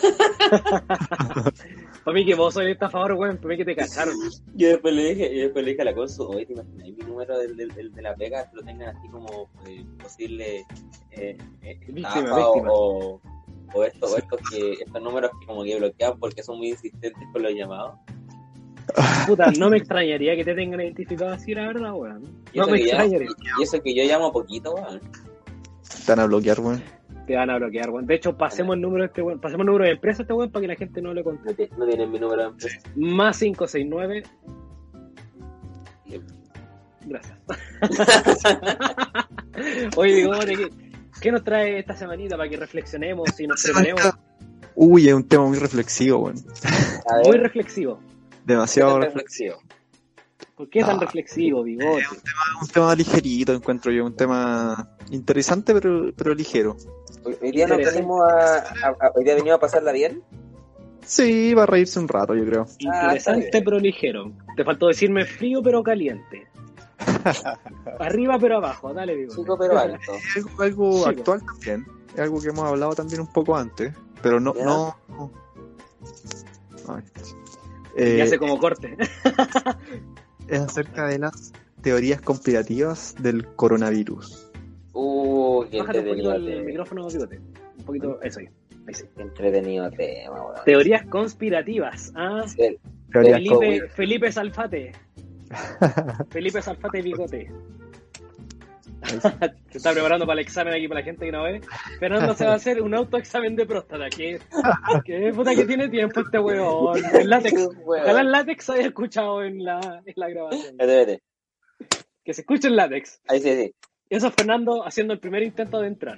Para mí que vos sois estafador, weón. Para mí que te cacharon. Yo después le dije, yo después le dije a la Consu, oye, ¿te imaginas mi número del, del, del- de la pega lo tengan así como eh, posible eh, eh, Víctima, estafa víctima. o, o esto, o estos que estos números que como que bloquean porque son muy insistentes con los llamados? Puta, no me extrañaría que te tengan identificado así, la verdad, weón. Y No eso me que ya- extrañaría. y eso que yo llamo poquito, weón. Te van a bloquear, weón. Te van a bloquear, weón. De hecho, pasemos el número de este weón. Pasemos el número de empresa a este weón para que la gente no le No, conteste. ti- no tienen mi número de empresa. Más cinco seis nueve. Gracias. Oye, digo, ¿qué, ¿qué nos trae esta semanita para que reflexionemos y nos preparemos? Uy, es un tema muy reflexivo, weón. A ver, Muy reflexivo. Demasiado ¿qué tan reflexivo. reflexivo? ¿Por qué tan Ah. reflexivo, bigote? Un tema ligerito, encuentro yo. Un tema interesante, pero, pero ligero. Hoy, hoy día nos Interesante. venimos a, a, a- hoy día venimos a pasarla bien. Sí, va a reírse un rato, yo creo. Interesante, está bien. pero ligero. Te faltó decirme frío, pero caliente. Arriba, pero abajo. Dale, bigote. Chico pero alto. Es algo, algo Sí, actual también. Es algo que hemos hablado también un poco antes. Pero no. ¿Ya? no, no. Ay. Y Eh, hace como corte. es acerca de las teorías conspirativas del coronavirus. Uh, qué Bájale un poquito entretenido el tema. micrófono, bigote. Un poquito, eso ahí. Ahí sí. Qué entretenido tema, weón. Teorías conspirativas. Ah, El- Teorías Felipe- Felipe, Felipe Salfate. Felipe Salfate Bigote. Se está preparando para el examen aquí para la gente que no ve. Fernando se va a hacer un autoexamen de próstata. Que, que puta que tiene tiempo este weón. El látex. Ojalá el látex se haya escuchado en la, en la grabación. Vete, vete. Que se escuche el látex. Ahí sí, sí. Eso es Fernando haciendo el primer intento de entrar.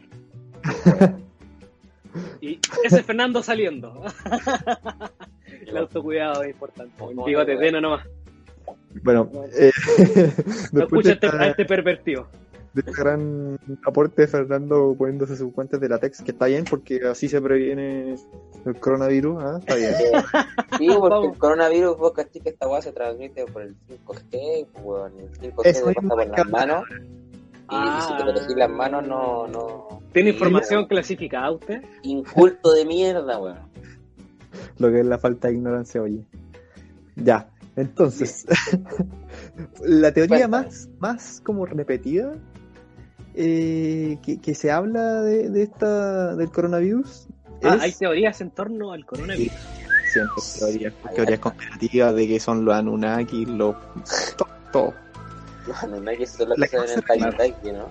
Y ese es Fernando saliendo. El autocuidado es importante. Bigote, de no nomás. Bueno, eh, No después de escucha este, a esta, este pervertido. de este gran aporte de Fernando poniéndose sus guantes de látex, que está bien porque así se previene el coronavirus. ¿Ah? Está bien. Eh, Sí, porque Vamos. el coronavirus, vos cachai que esta weá se transmite por el cinco G, weón. El cinco G Eso te mismo pasa por hay que las hablar manos. Y, y si te Ah. protegís las manos, no. no ¿Tiene y- información clasificada usted? Inculto de mierda, weón. Lo que es la falta de ignorancia, oye. Ya, entonces, la teoría Cuéntame. más, más como repetida eh, que, que se habla de, de esta del coronavirus Ah, es hay teorías en torno al coronavirus. siempre teorías, teorías conspirativas de que son los Anunnaki, los todo, todo. Los Anunnaki son los La que salen en cosa Tiny Taiki, ¿no?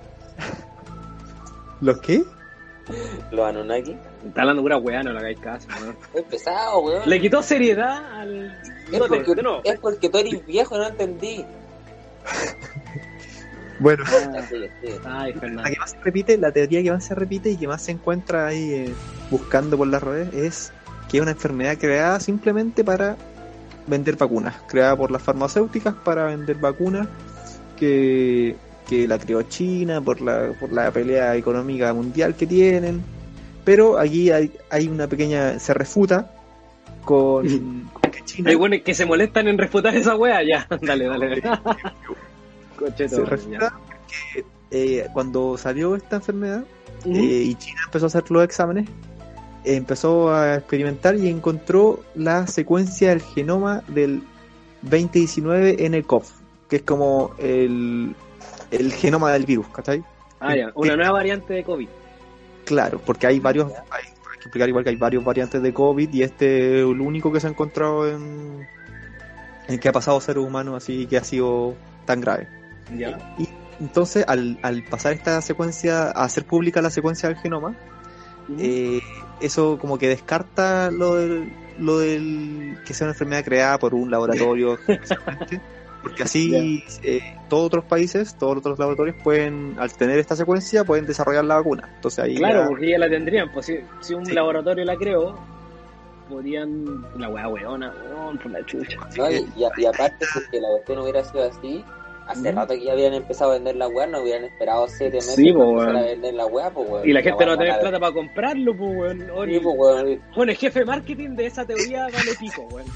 ¿Los qué? Los Anunnaki. Está hablando pura weá, no le hagáis caso, weón. Es pesado, weón. Le quitó seriedad al. Es Bigote, porque, de nuevo. es porque tú eres viejo, no entendí. Bueno, Ya sigue, sigue. Ay, la Fernando. que más se repite, la teoría que más se repite y que más se encuentra ahí eh, buscando por las redes es que es una enfermedad creada simplemente para vender vacunas, creada por las farmacéuticas para vender vacunas, que, que la creó China por la, por la pelea económica mundial que tienen, pero aquí hay, hay una pequeña, se refuta con, con que China Hay buenos que se molestan en refutar esa wea, ya. Dale, dale. Cocheto, se ya. refuta porque eh, cuando salió esta enfermedad Ujú. eh, y China empezó a hacer los exámenes, eh, empezó a experimentar y encontró la secuencia del genoma del veinte diecinueve N C O V, que es como el, el genoma del virus, ¿cachai? Ah, ya. Una nueva variante de COVID. Claro, porque hay varios, hay, hay que explicar igual que hay varios variantes de COVID y este es el único que se ha encontrado en, en que ha pasado a seres humanos así que ha sido tan grave. Ya. Y entonces, al, al pasar esta secuencia, a hacer pública la secuencia del genoma, Ujú. eh, eso como que descarta lo del, lo del que sea una enfermedad creada por un laboratorio, especialmente, porque así eh, todos otros países, todos otros laboratorios pueden, al tener esta secuencia, pueden desarrollar la vacuna. Entonces ahí Claro, ya- porque ya la tendrían. Pues si, si un Sí. laboratorio la creó, podrían. La wea weona, weón, por la chucha. No, y, y, y aparte, si es que la cuestión hubiera sido así, hace Mm. rato que ya habían empezado a vender la weá, no hubieran esperado siete meses Sí, po, para empezar weón. a vender la weá, pues weón. Y la gente no va a tener weá plata para comprarlo, pues, weón. Sí, Ori- pues weón. Bueno, el jefe de marketing de esa teoría vale pico, weón.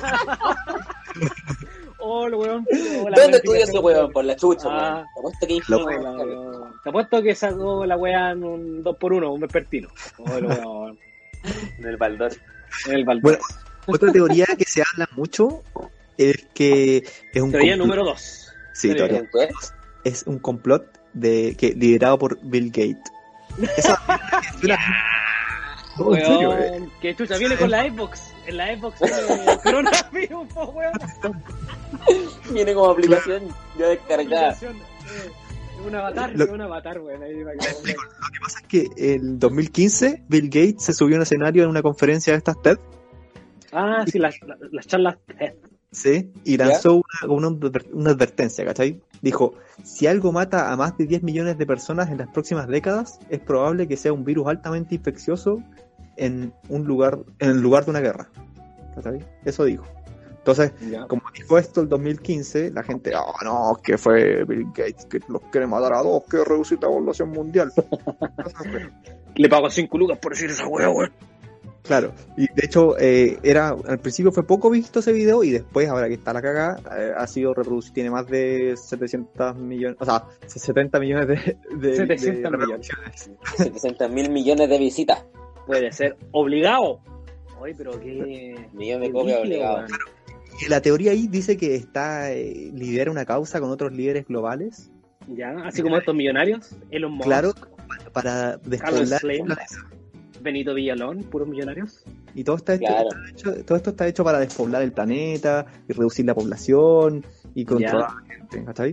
Hola, weón. Hola, ¿Dónde estudió ese planificación, weón? Por la chucha, Ah. weón. Te apuesto que Lo- hizo Hola, weón. Te apuesto que sacó la weá en un dos por uno, un vespertino. Hola, weón. en el baldor. En el balcón. Bueno, otra teoría que se habla mucho es que es un Teoría complot- número dos. sí, teoría. teoría. ¿Qué? Es un complot de que liderado por Bill Gates. Esa suena- No, en serio, eh. Weón, que chucha, viene con la Xbox. En la Xbox tiene el coronavirus, po, weón. Viene como aplicación ya descargada. Aplicación, eh, Un avatar, Lo- un avatar, weón. Ahí va a Te quedar, explico. Lo que pasa es que en dos mil quince Bill Gates se subió a un escenario en una conferencia de estas TED, Ah, sí, las, las, las charlas. eh, ¿sí? Y lanzó una, una, adver- una advertencia, ¿cachai? Dijo, si algo mata a más de diez millones de personas en las próximas décadas, es probable que sea un virus altamente infeccioso en un lugar, en el lugar de una guerra. ¿Cachai? Eso dijo. Entonces, Ya. como dijo esto el dos mil quince, la gente, oh no, que fue Bill Gates, que los quiere matar a dos, que reducir la población mundial. Le pago cinco lucas por decir esa weá, weón. Claro, y de hecho, eh, era al principio fue poco visto ese video y después, ahora que está la cagada, eh, ha sido reproducido, tiene más de setecientos millones, o sea, setenta millones de, de, setecientos de millones. reproducciones. setecientos mil millones de visitas. Puede ser obligado. Oye, pero qué. Millón de qué copias brígido, obligadas. weón. Y la teoría ahí dice que está eh, lidera una causa con otros líderes globales, Ya, así como estos millonarios. Elon Musk, claro, para Carlos despoblar Slim, el planeta. Benito Villalón, puros millonarios. Y todo, está hecho, Claro. está hecho- todo esto está hecho para despoblar el planeta y reducir la población y controlar a la gente, ¿cachai?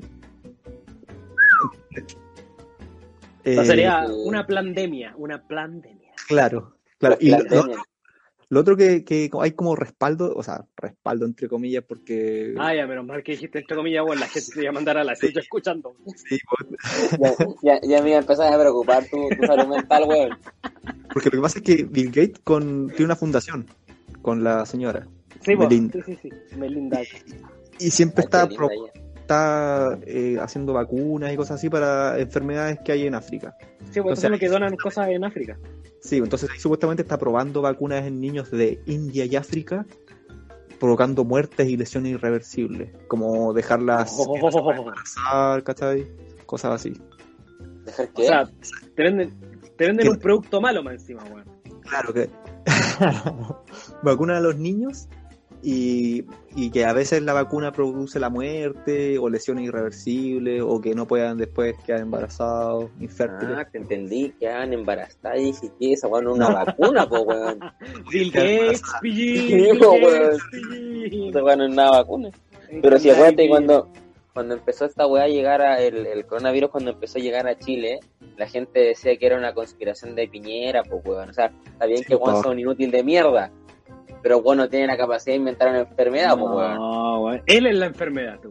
O sea, Eh, sería eh, una pandemia, una pandemia. Claro, claro. Y La lo, pandemia. lo otro que, que hay como respaldo, o sea, respaldo entre comillas, porque Ah, ya, menos mal que dijiste entre comillas, bueno, la gente se iba a mandar a la chucha escuchando. sí, pues, Ya, ya, ya me iba a empezar a preocupar tu, tu salud mental, weón. porque lo que pasa es que Bill Gates con, tiene una fundación con la señora Sí, po, Melinda. sí, sí, sí. Melinda. y siempre Ay, está, qué pro- linda ella. está eh, haciendo vacunas y cosas así para enfermedades que hay en África. Sí, pues O sea, son los que donan cosas en África. Sí, entonces ahí supuestamente está probando vacunas en niños de India y África, provocando muertes y lesiones irreversibles, como dejarlas Oh, embarazar, ¿cachai? Cosas así. ¿Dejar o qué? sea, te venden, te venden ¿Qué? un producto malo más encima, weón. Claro que vacunan a los niños y, y que a veces la vacuna produce la muerte o lesiones irreversibles o que no puedan después quedar embarazados, infértiles. Ah, te entendí, que hagan embarazadas y dije que esa weón no es una vacuna, po, weón. Bill quedar Gates, embarazada. P G, Sí, Bill po, Gates, weón. P Esa G. weón no es una vacuna. Pero si acuérdate cuando, cuando empezó esta weá a llegar a el, el coronavirus, cuando empezó a llegar a Chile, la gente decía que era una conspiración de Piñera, pues weón. O sea, está bien Sí, que weón po. son un inútil de mierda, pero weón no tiene la capacidad de inventar una enfermedad, pues weón. No, weón. Él es la enfermedad, tú, weón.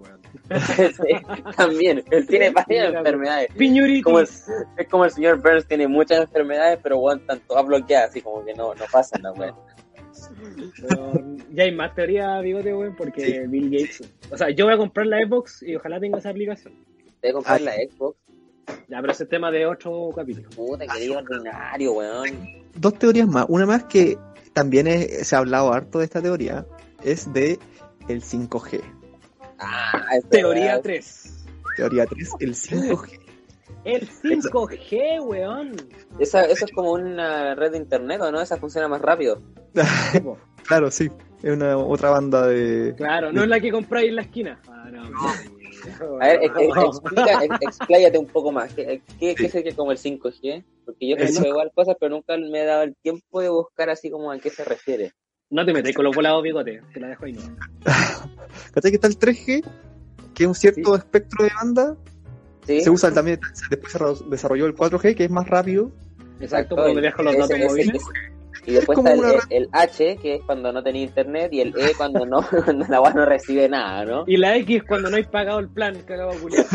Sí, también, él tiene varias Mira, enfermedades. Piñuritis. Como el- es como el señor Burns tiene muchas enfermedades, pero weón, están todas bloqueadas, así como que no, no pasan las weón. Pero ya hay más teoría, bigote, weón, porque Sí. Bill Gates. O sea, yo voy a comprar la Xbox y ojalá tenga esa aplicación. Te voy a comprar Ah, la Xbox. Ya, pero ese es tema de otro capítulo. Puta, que digo ordinario, weón. Dos teorías más. Una más que también es- se ha hablado harto de esta teoría es de el cinco G. Ah, esa Teoría weá. tres. Teoría tres, el cinco G. El cinco G, weón. Esa, eso es como una red de internet, ¿o no? Esa funciona más rápido. Tipo, Claro, sí. Es una otra banda de... claro, no es la que compráis en la esquina. Ah, no. A ver, ex- ex- explica, ex- expláyate un poco más. ¿Qué, qué, qué es el que como el cinco G? Porque yo he El escuchado cinco- igual cosas, pero nunca me he dado el tiempo de buscar así como a qué se refiere. No te metáis con los volados bigote, te la dejo ahí, no. ¿Cachai que está el tres G? Que es un cierto Sí. espectro de banda. ¿Sí? Se usa también, después se desarrolló el cuatro G, que es más rápido. Exacto, por donde viajan los Ese- datos ese- móviles. ese- Y después como está una el, red. el H, que es cuando no tenía internet, y el E cuando no, cuando la weá no recibe nada, ¿no? Y la X cuando no hay pagado el plan, cagado culiado.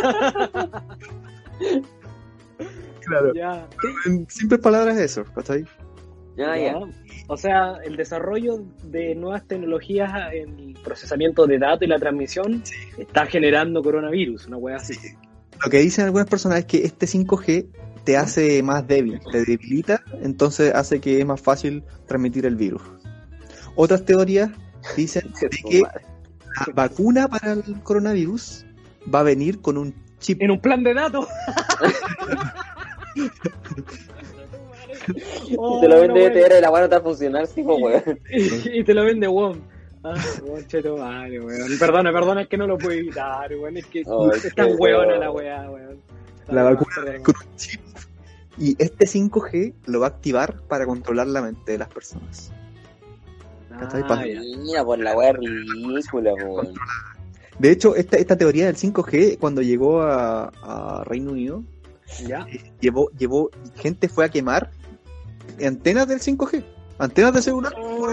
Claro. Ya. En simples palabras es eso, ¿cachai? Ya, ya. Ya. O sea, el desarrollo de nuevas tecnologías en el procesamiento de datos y la transmisión está generando coronavirus, una wea así. Lo que dicen algunas personas es que este cinco G te hace más débil, te debilita, entonces hace que es más fácil transmitir el virus. Otras teorías dicen de que la vacuna para el coronavirus va a venir con un chip. En un plan de datos. Oh, Te lo vende no, B T R y la weá no está a funcionar, sí, pues, weón. y, y te lo vende W O M. Ah, weón, cheto, vale, weón. Perdona, perdona, es que no lo puedo evitar, weón. Es que Ay, es tan qué weona weón. la weá, weón. La vacuna Perdona. viene con un chip. Y este cinco G lo va a activar para controlar la mente de las personas. ¿Cachai? Ah, ya. Mira, por la weá ridícula, weón. De hecho, esta, esta teoría del cinco G, cuando llegó a, a Reino Unido, ¿Ya? llevó, llevó, gente fue a quemar antenas del cinco G, antenas de celular.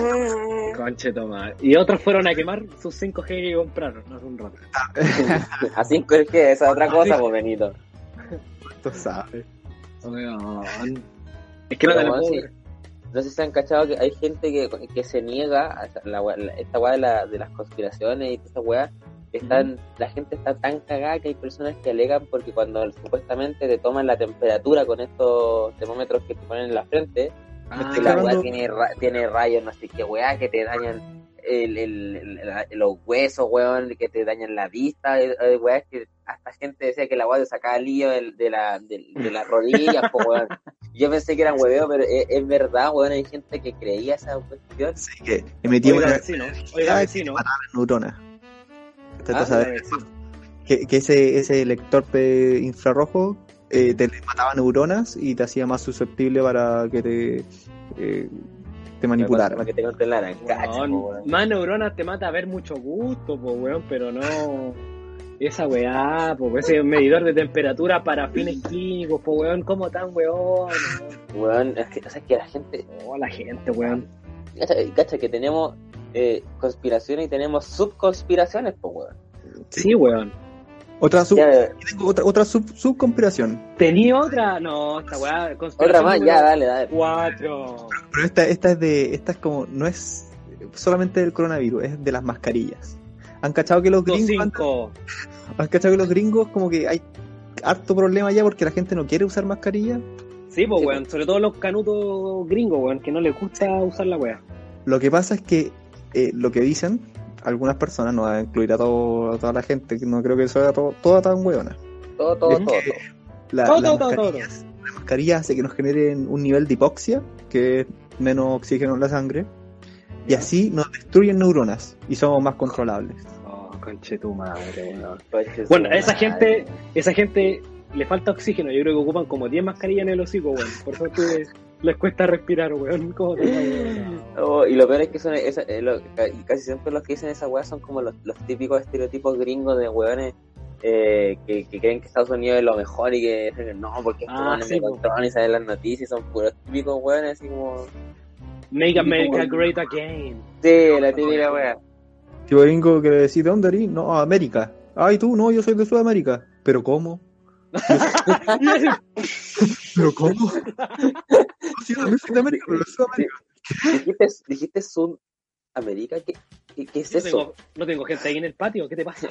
Concheto madre. Y otros fueron a quemar sus cinco G que compraron hace un rato. A cinco G, esa es otra cosa, pues, Benito. Tú sabes. Weón. Es que no te Pero, lo weón, puedo sí. creer. No sé si se han cachado que hay gente que, que se niega a esta- la, weá- la- esta weá de, la, de las conspiraciones y toda esa weá. Están, la gente está tan cagada que hay personas que alegan porque cuando supuestamente te toman la temperatura con estos termómetros que te ponen en la frente, Ah, que la weá cagando. tiene, ra- tiene rayos, no sé qué weá, que te dañan el, el, el- la- los huesos, weón, que te dañan la vista, eh, eh, weá, que hasta gente decía que la weá te sacaba lío del- de, la, de, de las rodillas, po, weón. Yo pensé que eran hueveos, pero es, es verdad, weón, hay gente que creía esa cuestión. Así que le metimos Oiga, una vecino. Oiga, vecino. neurona. Entonces, Ah, ¿sabes? Oiga, vecino. que, que ese, ese lector de infrarrojo eh, te mataba neuronas y te hacía más susceptible para que te, eh, te manipularan. Para que te controlaran, cacho, po, Weón, weón. más neuronas te mata a ver mucho gusto, po, weón, pero no esa weá, po, ese medidor de temperatura para fines clínicos, po, weón, ¿cómo tan weón? Weón, es que, o sea, es que la gente, Oh, la gente, weón. cacha, cacha que tenemos eh, conspiraciones y tenemos subconspiraciones, pues, weón. Sí, weón. Otra, sub, Ya, tengo otra, otra sub, subconspiración. ¿Tenía otra? No, esta weá. otra conspiración más, número ya, dale, dale. Cuatro. Pero esta, esta es de, esta es como, no es solamente del coronavirus, es de las mascarillas. ¿Han cachado que los Dos, gringos, cinco. han cachado que los gringos como que hay harto problema ya porque la gente no quiere usar mascarilla? Sí, pues, Sí, weón. Sobre todo los canutos gringos, weón, que no les gusta usar la weá. Lo que pasa es que eh, lo que dicen algunas personas, no va a incluir a, todo, a toda la gente, que no creo que sea to- toda tan hueona. Todo, todo, Es todo, que todo. La, Todo, las todo, todo, todo. mascarillas, las mascarillas hace que nos generen un nivel de hipoxia, que es menos oxígeno en la sangre, y así nos destruyen neuronas y somos más controlables. Oh, conche tu madre, weón. Coche Bueno, su a esa madre. gente, esa gente le falta oxígeno. Yo creo que ocupan como diez mascarillas en el hocico, weón. Por eso es que les cuesta respirar, weón. ¿Cómo te weón? Oh, y lo peor es que son esa, eh, lo- ca- y casi siempre los que dicen esa weá son como los, los típicos estereotipos gringos de weones eh, que, que creen que Estados Unidos es lo mejor y que dicen que no, porque estos Ah, weones sí, me po. controlan y saben las noticias, son puros típicos weones así como... Make America Great Again. Sí, la típica weá. Tipo gringo que decir, ¿de dónde eres? No, América. Ay, tú, no, yo soy de Sudamérica. ¿Pero cómo? ¿Pero cómo? No, sí, yo también soy de América, pero de Sudamérica. ¿Dijiste, dijiste Sudamérica? ¿Qué, qué, qué es No eso? tengo, no tengo gente ahí en el patio, ¿qué te pasa?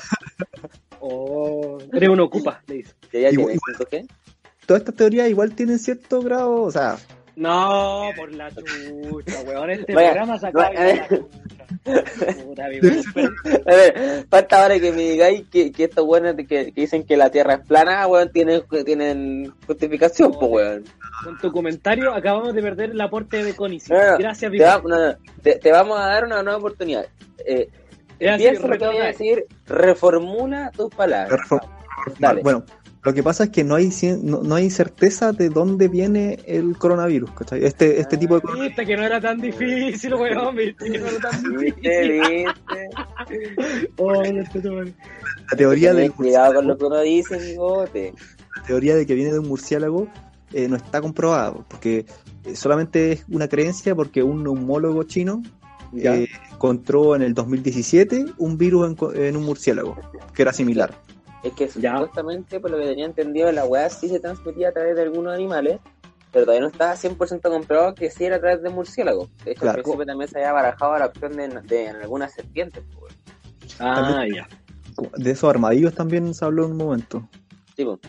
Oh, eres un ocupa, le dice. ¿Ya, ya Igual- tienes cinco qué? Todas estas teorías igual tienen cierto grado, o sea, No, por la chucha, weón. Este Vaya, programa se acaba vaya. de la chucha. Puta, mi weón. Pero- A ver, falta ahora que me digáis que, que estos weones que, que dicen que la Tierra es plana, weón, tienen, tienen justificación, pues, weón. Con tu comentario acabamos de perder el aporte de Conici. No, no, no, Gracias, te, Vico. va- no, no, te, te vamos a dar una nueva oportunidad. Eh, Es así, piensa lo que voy a retrocede. decir, reformula tus palabras. Reform- Dale. bueno, lo que pasa es que no hay cien- no, no hay certeza de dónde viene el coronavirus, ¿cachai? Este, este tipo de coronavirus. Viste que no era tan difícil, weón. Viste que no era tan ¿Viste? difícil. ¿Viste? Oh, este weón. La teoría Tenés del cuidado con murciélago, lo que uno dice, bigote. la teoría de que viene de un murciélago eh, no está comprobada, porque eh, solamente es una creencia porque un neumólogo chino Ya. eh, encontró en el dos mil diecisiete un virus en, co- en un murciélago que era similar. Es que Ya. supuestamente, por lo que tenía entendido, la weá sí se transmitía a través de algunos animales, pero todavía no estaba cien por ciento comprobado que sí era a través de murciélagos. De hecho, Claro. al principio también se había barajado la opción de, de en algunas serpientes, pues. Ah, ya. De esos armadillos también se habló en un momento. Sí, pues.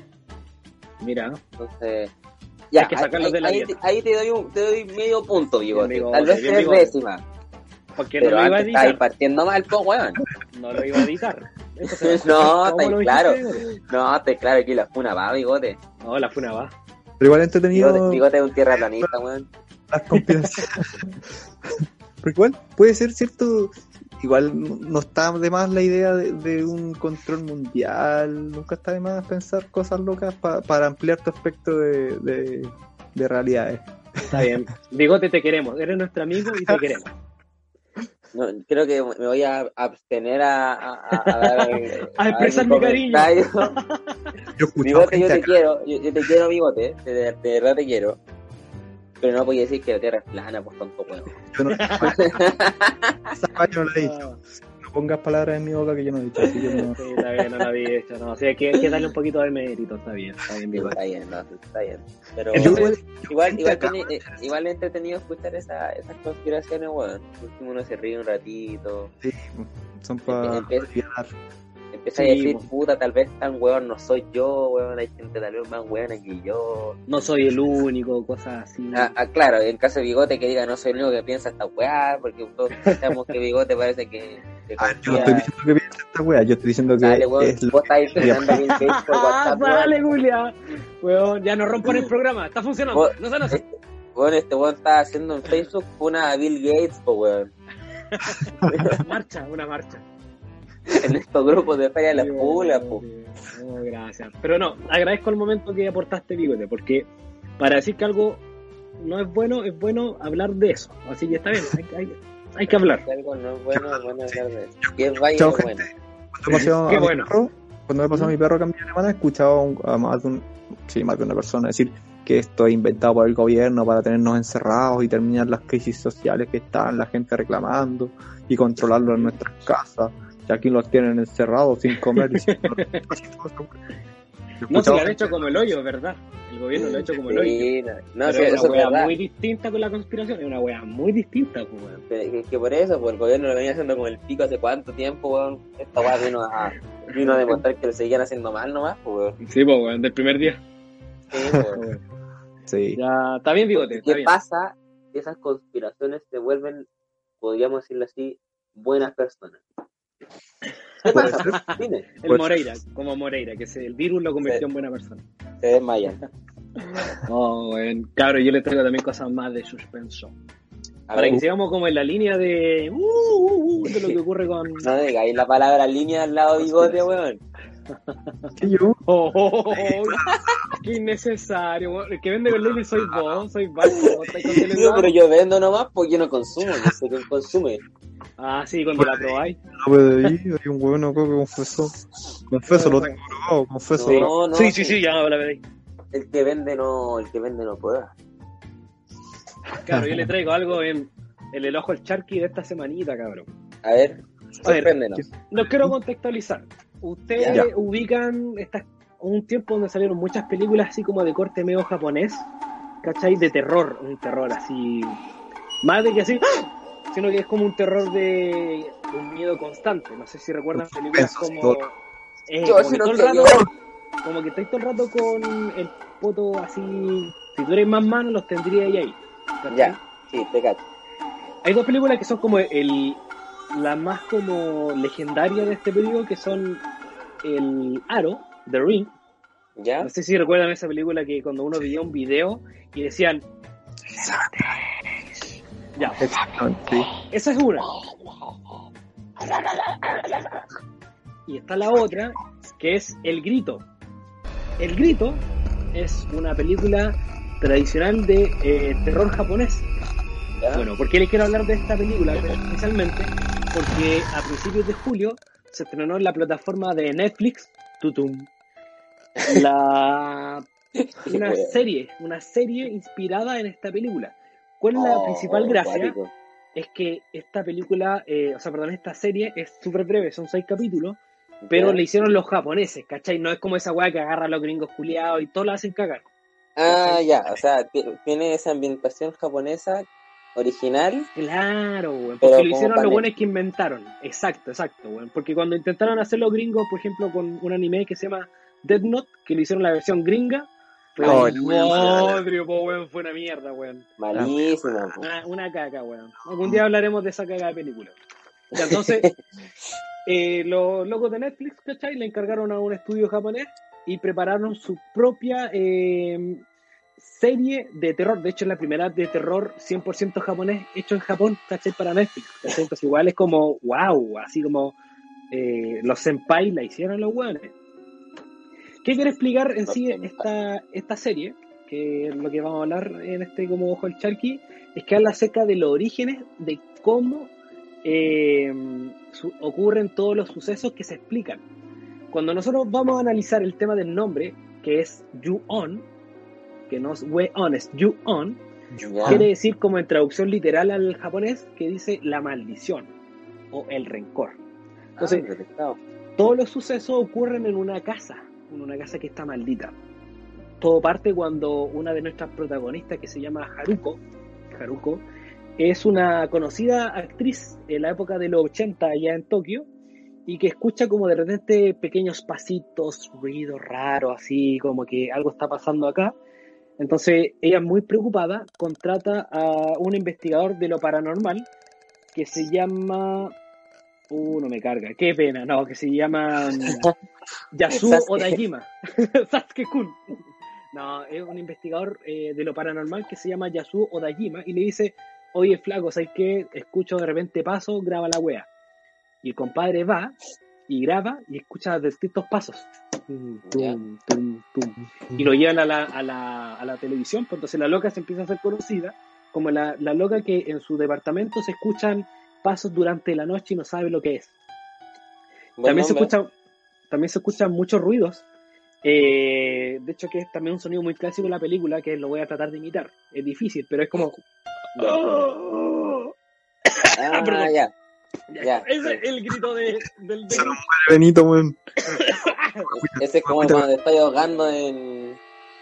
Mira. Entonces, ya, Hay que sacarlos ahí, de la ahí, dieta. te, ahí te doy un, te doy medio punto, bigote. Bien, bigote, Tal vez bien, tres bigote. décimas. Porque no Pero lo iba a antes estáis editar. partiendo mal, pues, weón. No lo iba a editar. Entonces, No, ¿cómo está lo claro. dijiste? No, está claro que la funa va, bigote. No, la funa va. Pero igual entretenido Bigote, bigote es un tierraplanista, weón. las conspiraciones. Pero igual puede ser cierto, igual no no está de más la idea de, de un control mundial, nunca está de más pensar cosas locas pa- para ampliar tu espectro de, de, de realidades. Está bien. Bigote, te queremos. Eres nuestro amigo y te queremos. No, creo que me voy a abstener a, a, a, a dar A expresar dar mi cariño. comentario. Yo he escuchado Bigote, yo gente te acá, quiero, yo, yo te quiero, bigote, de, de, de verdad te quiero. Pero no podía decir que la tierra es plana, pues tonto huevo. yo no, esa vaina no la he dicho. No pongas palabras en mi boca que yo no he dicho, así que no. Sí, está bien, no la había hecho. No, o sea, hay que, hay que darle un poquito de mérito. Está bien, está bien, bigote. Está bien, no, está bien. Pero Yo igual- igual, gente igual, acá- tiene- eh, igual es entretenido escuchar esa, esas conspiraciones, weón. Por último uno se ríe un ratito, Sí, son para Empieza- olvidar. empieza Sí, a decir, po. puta, tal vez tan weón no soy yo, weón, hay gente tal vez más weona que yo. No soy el único, cosas así. Ah, ah, claro, en caso de Bigote que diga no soy el único que piensa esta weá, porque todos pensamos que Bigote parece que... que A ver, yo no confía- estoy diciendo que piense esta wea, yo estoy diciendo que Dale, weón, es lo vos que estáis pensando Bill Gates por Ah, WhatsApp, weón. dale, Julia. Weón, ya no rompan el programa. Está funcionando. Vos- No se nos... Este, weón, este weón está haciendo en Facebook una a Bill Gates, po, weón. Marcha, una marcha. En estos grupos de Feria de las Pulas, po. No, gracias. Pero no, agradezco el momento que aportaste, Bigote, porque para decir que algo no es bueno, es bueno hablar de eso. Así que está bien, hay, hay, hay que hablar. Si algo no es bueno, es bueno hablar de eso. Que es vaya Chao, es gente. bueno. Cuando he paseado Qué a mi bueno. perro, cuando he pasado a mi perro a cambiar alemana, he escuchado a, un- a más de un, sí, más de una persona decir que esto es inventado por el gobierno para tenernos encerrados y terminar las crisis sociales que están, la gente reclamando y controlarlo en nuestras casas. Y aquí los tienen encerrados sin comer y sin dormir. He No, se escuchado lo han hecho como el hoyo, ¿verdad? El gobierno lo ha hecho como el hoyo. Sí, no, no, Pero sí, es eso una es wea verdad. muy distinta con la conspiración, es una wea muy distinta, pues, weón. Que, que- que por eso, pues el gobierno lo venía haciendo con el pico hace cuánto tiempo, weón. Esta weá vino a, vino a demostrar que lo seguían haciendo mal nomás, pues, weón. Sí, pues, weón, del primer día. Sí, pues, weón. Sí. Ya, está bien, Bigote, está ¿Qué bien. pasa? Esas conspiraciones se vuelven, podríamos decirlo así, buenas personas. ¿Qué Puede pasa? Dime, El Pues- Moreira, como Moreira, que se, el virus lo convirtió en buena persona. se desmayan. Oh, weón. Cabrón, yo le traigo también cosas más de suspenso. A Para ver, que sigamos como en la línea de, uh, uh, uh, de lo que ocurre con... no digáis la palabra línea al lado de bigote, weón. ¿Qué yo? Oh, oh, oh, oh, qué innecesario, weón. El que vende con Lili soy vos, soy Vasco. ¿Vos estáis con Sí, Telenor? pero yo vendo nomás porque yo no consumo, yo sé que consume. Ah, sí, cuando la probáis. No puede ir, hay un hueón acá que confesó. Confeso, lo tengo grabado, confeso. No, no, Sí, sí, sí, ya la veréis. El que vende no, el que vende no prueba. Claro, yo le traigo algo en, en el ojo al charqui de esta semanita, cabrón. A ver, A ver, sorpréndenos. Los quiero contextualizar. Ustedes Ya. ubican estas, un tiempo donde salieron muchas películas así como de corte medio japonés, ¿cachai? De terror, un terror así, más de que así, ¡ah! Sino que es como un terror de un miedo constante. No sé si recuerdan películas Suspenso, como, todo. eh, Yo como, sí que lo todo el sé, rato, como que estáis todo el rato con el poto así, si tú eres más mano los tendría ahí, ¿cachai? Ya, sí, te cacho. Hay dos películas que son como el la más como legendaria de este periodo, que son el Aro, The Ring. ¿Ya? No sé si recuerdan esa película que cuando uno veía un video y decían ya, Exactamente, sí. esa es una. Y está la otra, que es El Grito. El Grito es una película tradicional de eh, terror japonés. ¿Ya? Bueno, ¿por qué les quiero hablar de esta película especialmente? Porque a principios de julio se estrenó en la plataforma de Netflix, tutum, la, una serie, una serie inspirada en esta película. ¿Cuál es la Oh, principal gracia? cuático. Es que esta película, eh, o sea, perdón, esta serie es súper breve, son seis capítulos, pero ¿Ya? le hicieron los japoneses, ¿cachai? No es como esa weá que agarra a los gringos culiados y todos la hacen cagar. Ah, ya, o sea, ti- tiene esa ambientación japonesa original. Claro, weón, Pero porque lo como hicieron los panel. buenos que inventaron. Exacto, exacto, weón. Porque cuando intentaron hacer los gringos, por ejemplo, con un anime que se llama Death Note, que lo hicieron la versión gringa, fue Oh, un bodrio, po, weón, fue una mierda, weón. Malísima. po. Una, una caca, weón. Algún día hablaremos de esa caga de película. Ya, entonces, eh, los locos de Netflix, ¿cachai? Le encargaron a un estudio japonés y prepararon su propia eh, serie de terror. De hecho, es la primera de terror cien por ciento japonés hecho en Japón, ¿cachai? Para Netflix, ¿cachai? Entonces, igual es como, wow, así como eh, los senpai la hicieron los weones. ¿Qué quiere explicar en sí esta, esta serie? Que es lo que vamos a hablar en este como Ojo al Charqui, es que habla acerca de los orígenes de cómo eh, su- ocurren todos los sucesos que se explican. Cuando nosotros vamos a analizar el tema del nombre, que es Ju-on, que no es We-on, es Ju-on, Ya. quiere decir como en traducción literal al japonés, que dice la maldición o el rencor. Entonces, Ah, detectado. todos los sucesos ocurren en una casa, en una casa que está maldita. Todo parte cuando una de nuestras protagonistas, que se llama Haruko, Haruko, es una conocida actriz en la época de los ochenta allá en Tokio, y que escucha como de repente pequeños pasitos, ruidos raros, así como que algo está pasando acá. Entonces ella, muy preocupada, contrata a un investigador de lo paranormal que se llama... Uh, no me carga, qué pena, no, que se llama mm, Yasuo Sasuke. Odajima. Sasuke-kun. No, es un investigador eh, de lo paranormal que se llama Yasuo Odajima y le dice, oye flaco, ¿sabes qué? Escucho de repente pasos, graba la wea. Y el compadre va y graba y escucha distintos pasos. Tum, tum, tum, tum. Y lo llevan a la, a la, a la televisión, pues entonces la loca se empieza a hacer conocida como la, la loca que en su departamento se escuchan pasos durante la noche y no sabe lo que es. Buen También se, nombre. escucha, también se escuchan muchos ruidos. Eh, de hecho, que es también un sonido muy clásico de la película, que lo voy a tratar de imitar. Es difícil, pero es como... Ah, perdón. ya. Ya, Ya. ese es el grito de, del... del- Benito, weón. Ese es como cuando te estás ahogando en.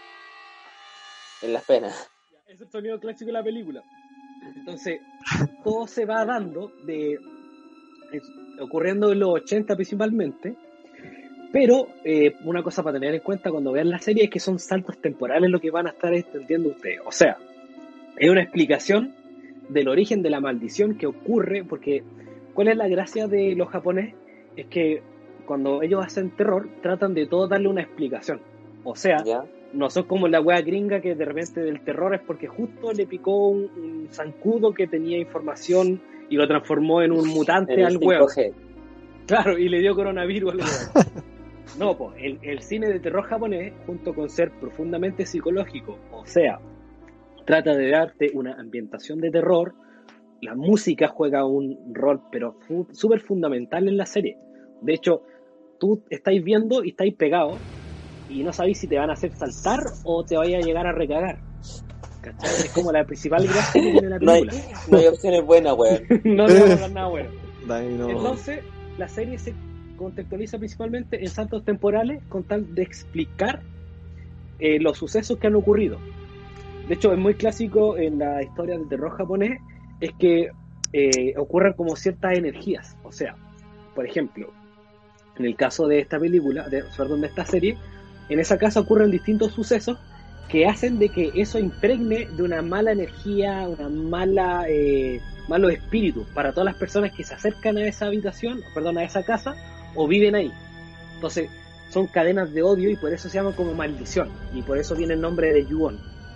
en las penas. Ese es el sonido clásico de la película. Entonces, todo se va dando de... es- ocurriendo en los ochenta principalmente, pero eh, una cosa para tener en cuenta cuando vean la serie es que son saltos temporales lo que van a estar entendiendo ustedes. O sea, es una explicación del origen de la maldición que ocurre, porque ¿cuál es la gracia de los japoneses? Es que cuando ellos hacen terror, tratan de todo darle una explicación. O sea, Ya. no son como la wea gringa que de repente del terror es porque justo le picó un, un zancudo que tenía información y lo transformó en un mutante En al el huevo. cinco G. Claro, y le dio coronavirus al huevo. No, pues el, el cine de terror japonés, junto con ser profundamente psicológico, o sea, trata de darte una ambientación de terror. La música juega un rol, pero fu- súper fundamental en la serie. De hecho, tú estáis viendo y estáis pegados y no sabéis si te van a hacer saltar o te vaya a llegar a recagar. ¿Cachai? Es como la principal gracia que tiene la No hay, película. no hay opciones buenas, weón. No le vamos a dar nada bueno. Dai, no. Entonces, la serie se contextualiza principalmente en saltos temporales con tal de explicar eh, los sucesos que han ocurrido. De hecho, es muy clásico en la historia del terror japonés, es que eh, ocurren como ciertas energías. O sea, por ejemplo, en el caso de esta película, de, perdón, de esta serie, en esa casa ocurren distintos sucesos que hacen de que eso impregne de una mala energía, una mala eh, malos espíritus para todas las personas que se acercan a esa habitación, perdón, a esa casa o viven ahí. Entonces, son cadenas de odio y por eso se llaman como maldición. Y por eso viene el nombre de Ju-on.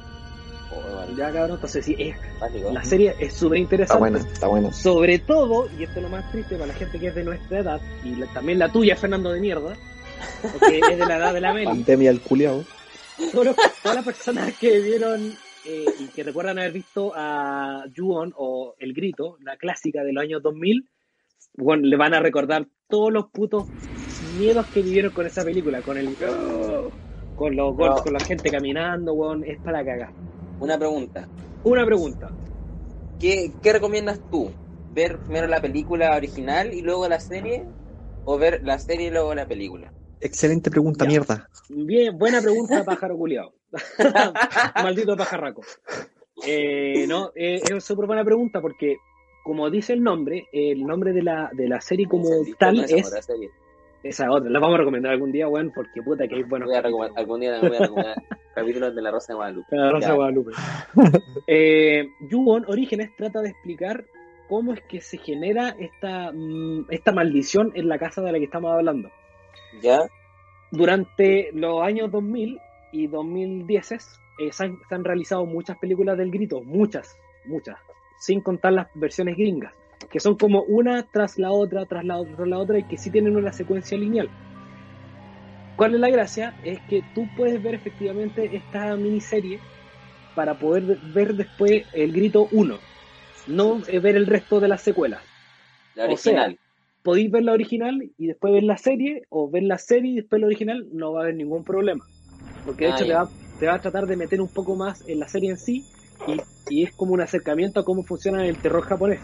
Oh, Ya, cabrón, entonces sí, es, básico. la serie es súper interesante. Está buena, está buena. Sobre todo, y esto es lo más triste para la gente que es de nuestra edad, y la- también la tuya, Fernando de mierda, porque es de la edad de la Meli. Pandemia el culiao. Todos los- todas las personas que vieron eh, y que recuerdan haber visto a Ju-on o El Grito, la clásica de los años dos mil, bueno, le van a recordar todos los putos miedos que vivieron con esa película, con el con los No. con la gente caminando, weón, es para cagar. Una pregunta. Una pregunta. ¿Qué, ¿Qué recomiendas tú? ¿Ver primero la película original y luego la serie? ¿O ver la serie y luego la película? Excelente pregunta, Ya. mierda. Bien, buena pregunta, pájaro culiao. Maldito pajarraco. Eh, no, eh, es súper buena pregunta porque, como dice el nombre, el nombre de la, de la serie como Esa- tal esa es otra serie. esa otra. La vamos a recomendar algún día, weón, porque puta que hay buenos Voy a capítulos. recomendar, algún día voy a recomendar capítulos de La Rosa de Guadalupe. La Rosa Ya. de Guadalupe. eh, Ju-on Orígenes trata de explicar cómo es que se genera esta, mm, esta maldición en la casa de la que estamos hablando. ¿Ya? Durante los años dos mil y dos mil diez eh, se, han, se han realizado muchas películas del Grito, muchas, muchas, sin contar las versiones gringas, que son como una tras la otra, tras la otra, tras la otra, y que sí tienen una secuencia lineal. ¿Cuál es la gracia? Es que tú puedes ver efectivamente esta miniserie para poder ver después El Grito uno, no eh, ver el resto de las secuelas. La O sea, original. Podéis ver la original y después ver la serie, o ver la serie y después la original, no va a haber ningún problema. Porque de Ah, hecho te ya. va, te va a tratar de meter un poco más en la serie en sí, y, y es como un acercamiento a cómo funciona el terror japonés.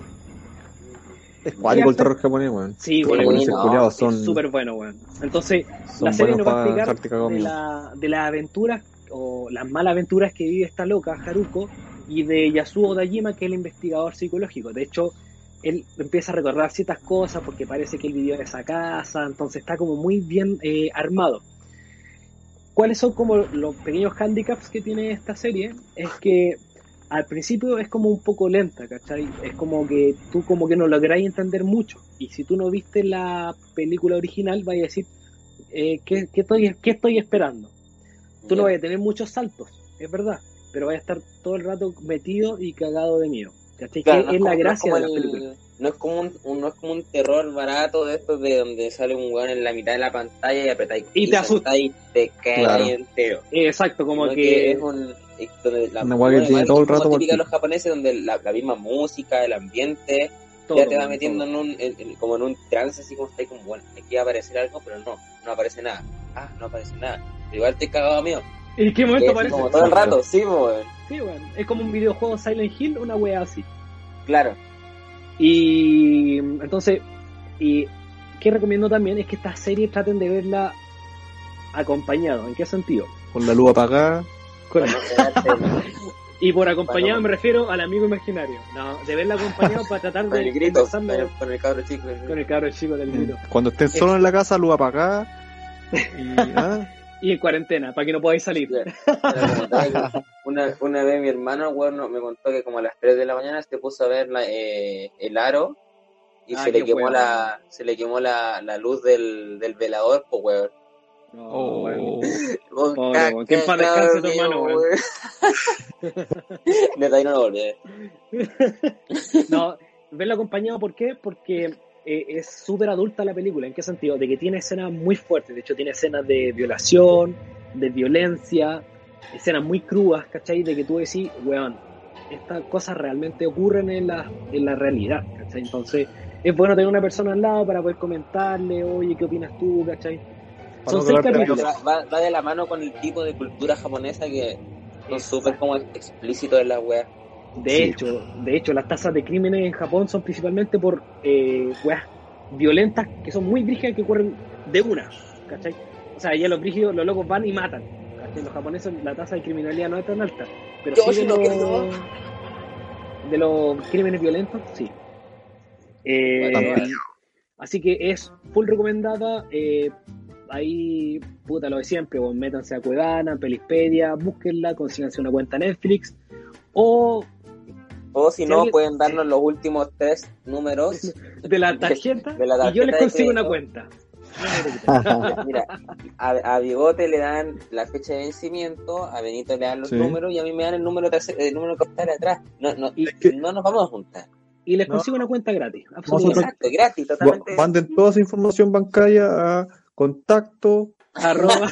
Es cuático el hace? terror japonés, weón. Sí, Los bueno, japoneses bueno, culiados son, es súper bueno, weón. Entonces, son la serie buenos nos va a para explicar dejarte cagado, de, amigo. la, de las aventuras o las malas aventuras que vive esta loca, Haruko, y de Yasuo Dajima, que es el investigador psicológico. De hecho, él empieza a recordar ciertas cosas porque parece que él vivió en esa casa, entonces está como muy bien eh, armado. ¿Cuáles son como los pequeños handicaps que tiene esta serie? Es que al principio es como un poco lenta, ¿cachai? Es como que tú como que no lográis entender mucho. Y si tú no viste la película original, vas a decir, eh, ¿qué, qué estoy, ¿qué estoy esperando? Tú no Ya. vas a tener muchos saltos, es verdad, pero vas a estar todo el rato metido y cagado de miedo. ¿Cachai? Claro, que no es como- la no gracia como de las el- películas. No es como un, un- no es como un terror barato de estos de donde sale un weón en la mitad de la pantalla y apretáis Y te asusta. y te cae Claro. ahí entero. Exacto, como Sino que... es un es donde la Una weá que bueno, tiene igual todo el es como rato por típica de ti. los japoneses donde la, la misma música, el ambiente todo, ya te va todo. metiendo en un en- en- como en un trance así como está como bueno, aquí va a aparecer algo, pero no, no aparece nada. Ah, no aparece nada. Pero igual te he cagado a mí. ¿En qué momento aparece? Como todo el rato, sí, weón. Sí, bueno, es como un videojuego Silent Hill, una wea así. Claro. Y entonces, y qué recomiendo también es que esta serie traten de verla acompañado. ¿En qué sentido? Con la luz apagada. Con- Para no quedarte y por acompañado Bueno. me refiero al amigo imaginario. No, de verla acompañado para tratar con de el grito, con conversarlo el, con el cabro chico. con el cabro chico del grito. Cuando estén solos en la casa, luz apagada. Y, ah, Y en cuarentena, para que no podáis salir. Una, una vez mi hermano, weón, no- me contó que como a las tres de la mañana se puso a ver la, eh, el aro y Ah, se, qué le quemó weón. la, se le quemó la, la luz del, del velador, pues weón. No, oh. bueno. Weón, Pobre, caca, weón. Que en paz descanse tu cabrón, hermano, weón. Desde ahí no lo volví. No, verlo acompañado, ¿por qué? Porque eh, es súper adulta la película. ¿En qué sentido? De que tiene escenas muy fuertes. De hecho, tiene escenas de violación, de violencia, escenas muy crudas, ¿cachai? De que tú decís, weón, estas cosas realmente ocurren en la, en la realidad, ¿cachai? Entonces, es bueno tener una persona al lado para poder comentarle, oye, ¿qué opinas tú, ¿cachai? Son no seis quedarte capítulos. Va, va de la mano con el tipo de cultura japonesa que son Exacto. súper como explícitos en las weas. De Sí. hecho, de hecho, las tasas de crímenes en Japón son principalmente por eh, weas violentas que son muy brígidas que ocurren de una, ¿cachai? O sea, ya los brígidos, los locos van y matan, ¿cachai? Los japoneses, la tasa de criminalidad no es tan alta, pero Yo sí sí de lo los, creo. de los crímenes violentos, sí. Eh, Bueno, así que es full recomendada. Eh, ahí, puta, lo de siempre, pues, métanse a Cuevana, Pelispedia, búsquenla, consíganse una cuenta Netflix. O O si Si no, alguien- pueden darnos los últimos tres números de la tarjeta, de la y yo tarjeta les de consigo una crédito. cuenta. Mira, a, a Bigote le dan la fecha de vencimiento, a Benito le dan los Sí. números y a mí me dan el número terce- el número que está atrás. No, no, Y- que- no nos vamos a juntar. Y les No. consigo una cuenta gratis. Absolutamente. Nosotros- Exacto, gratis, totalmente. Manden toda esa información bancaria a contacto. Arroba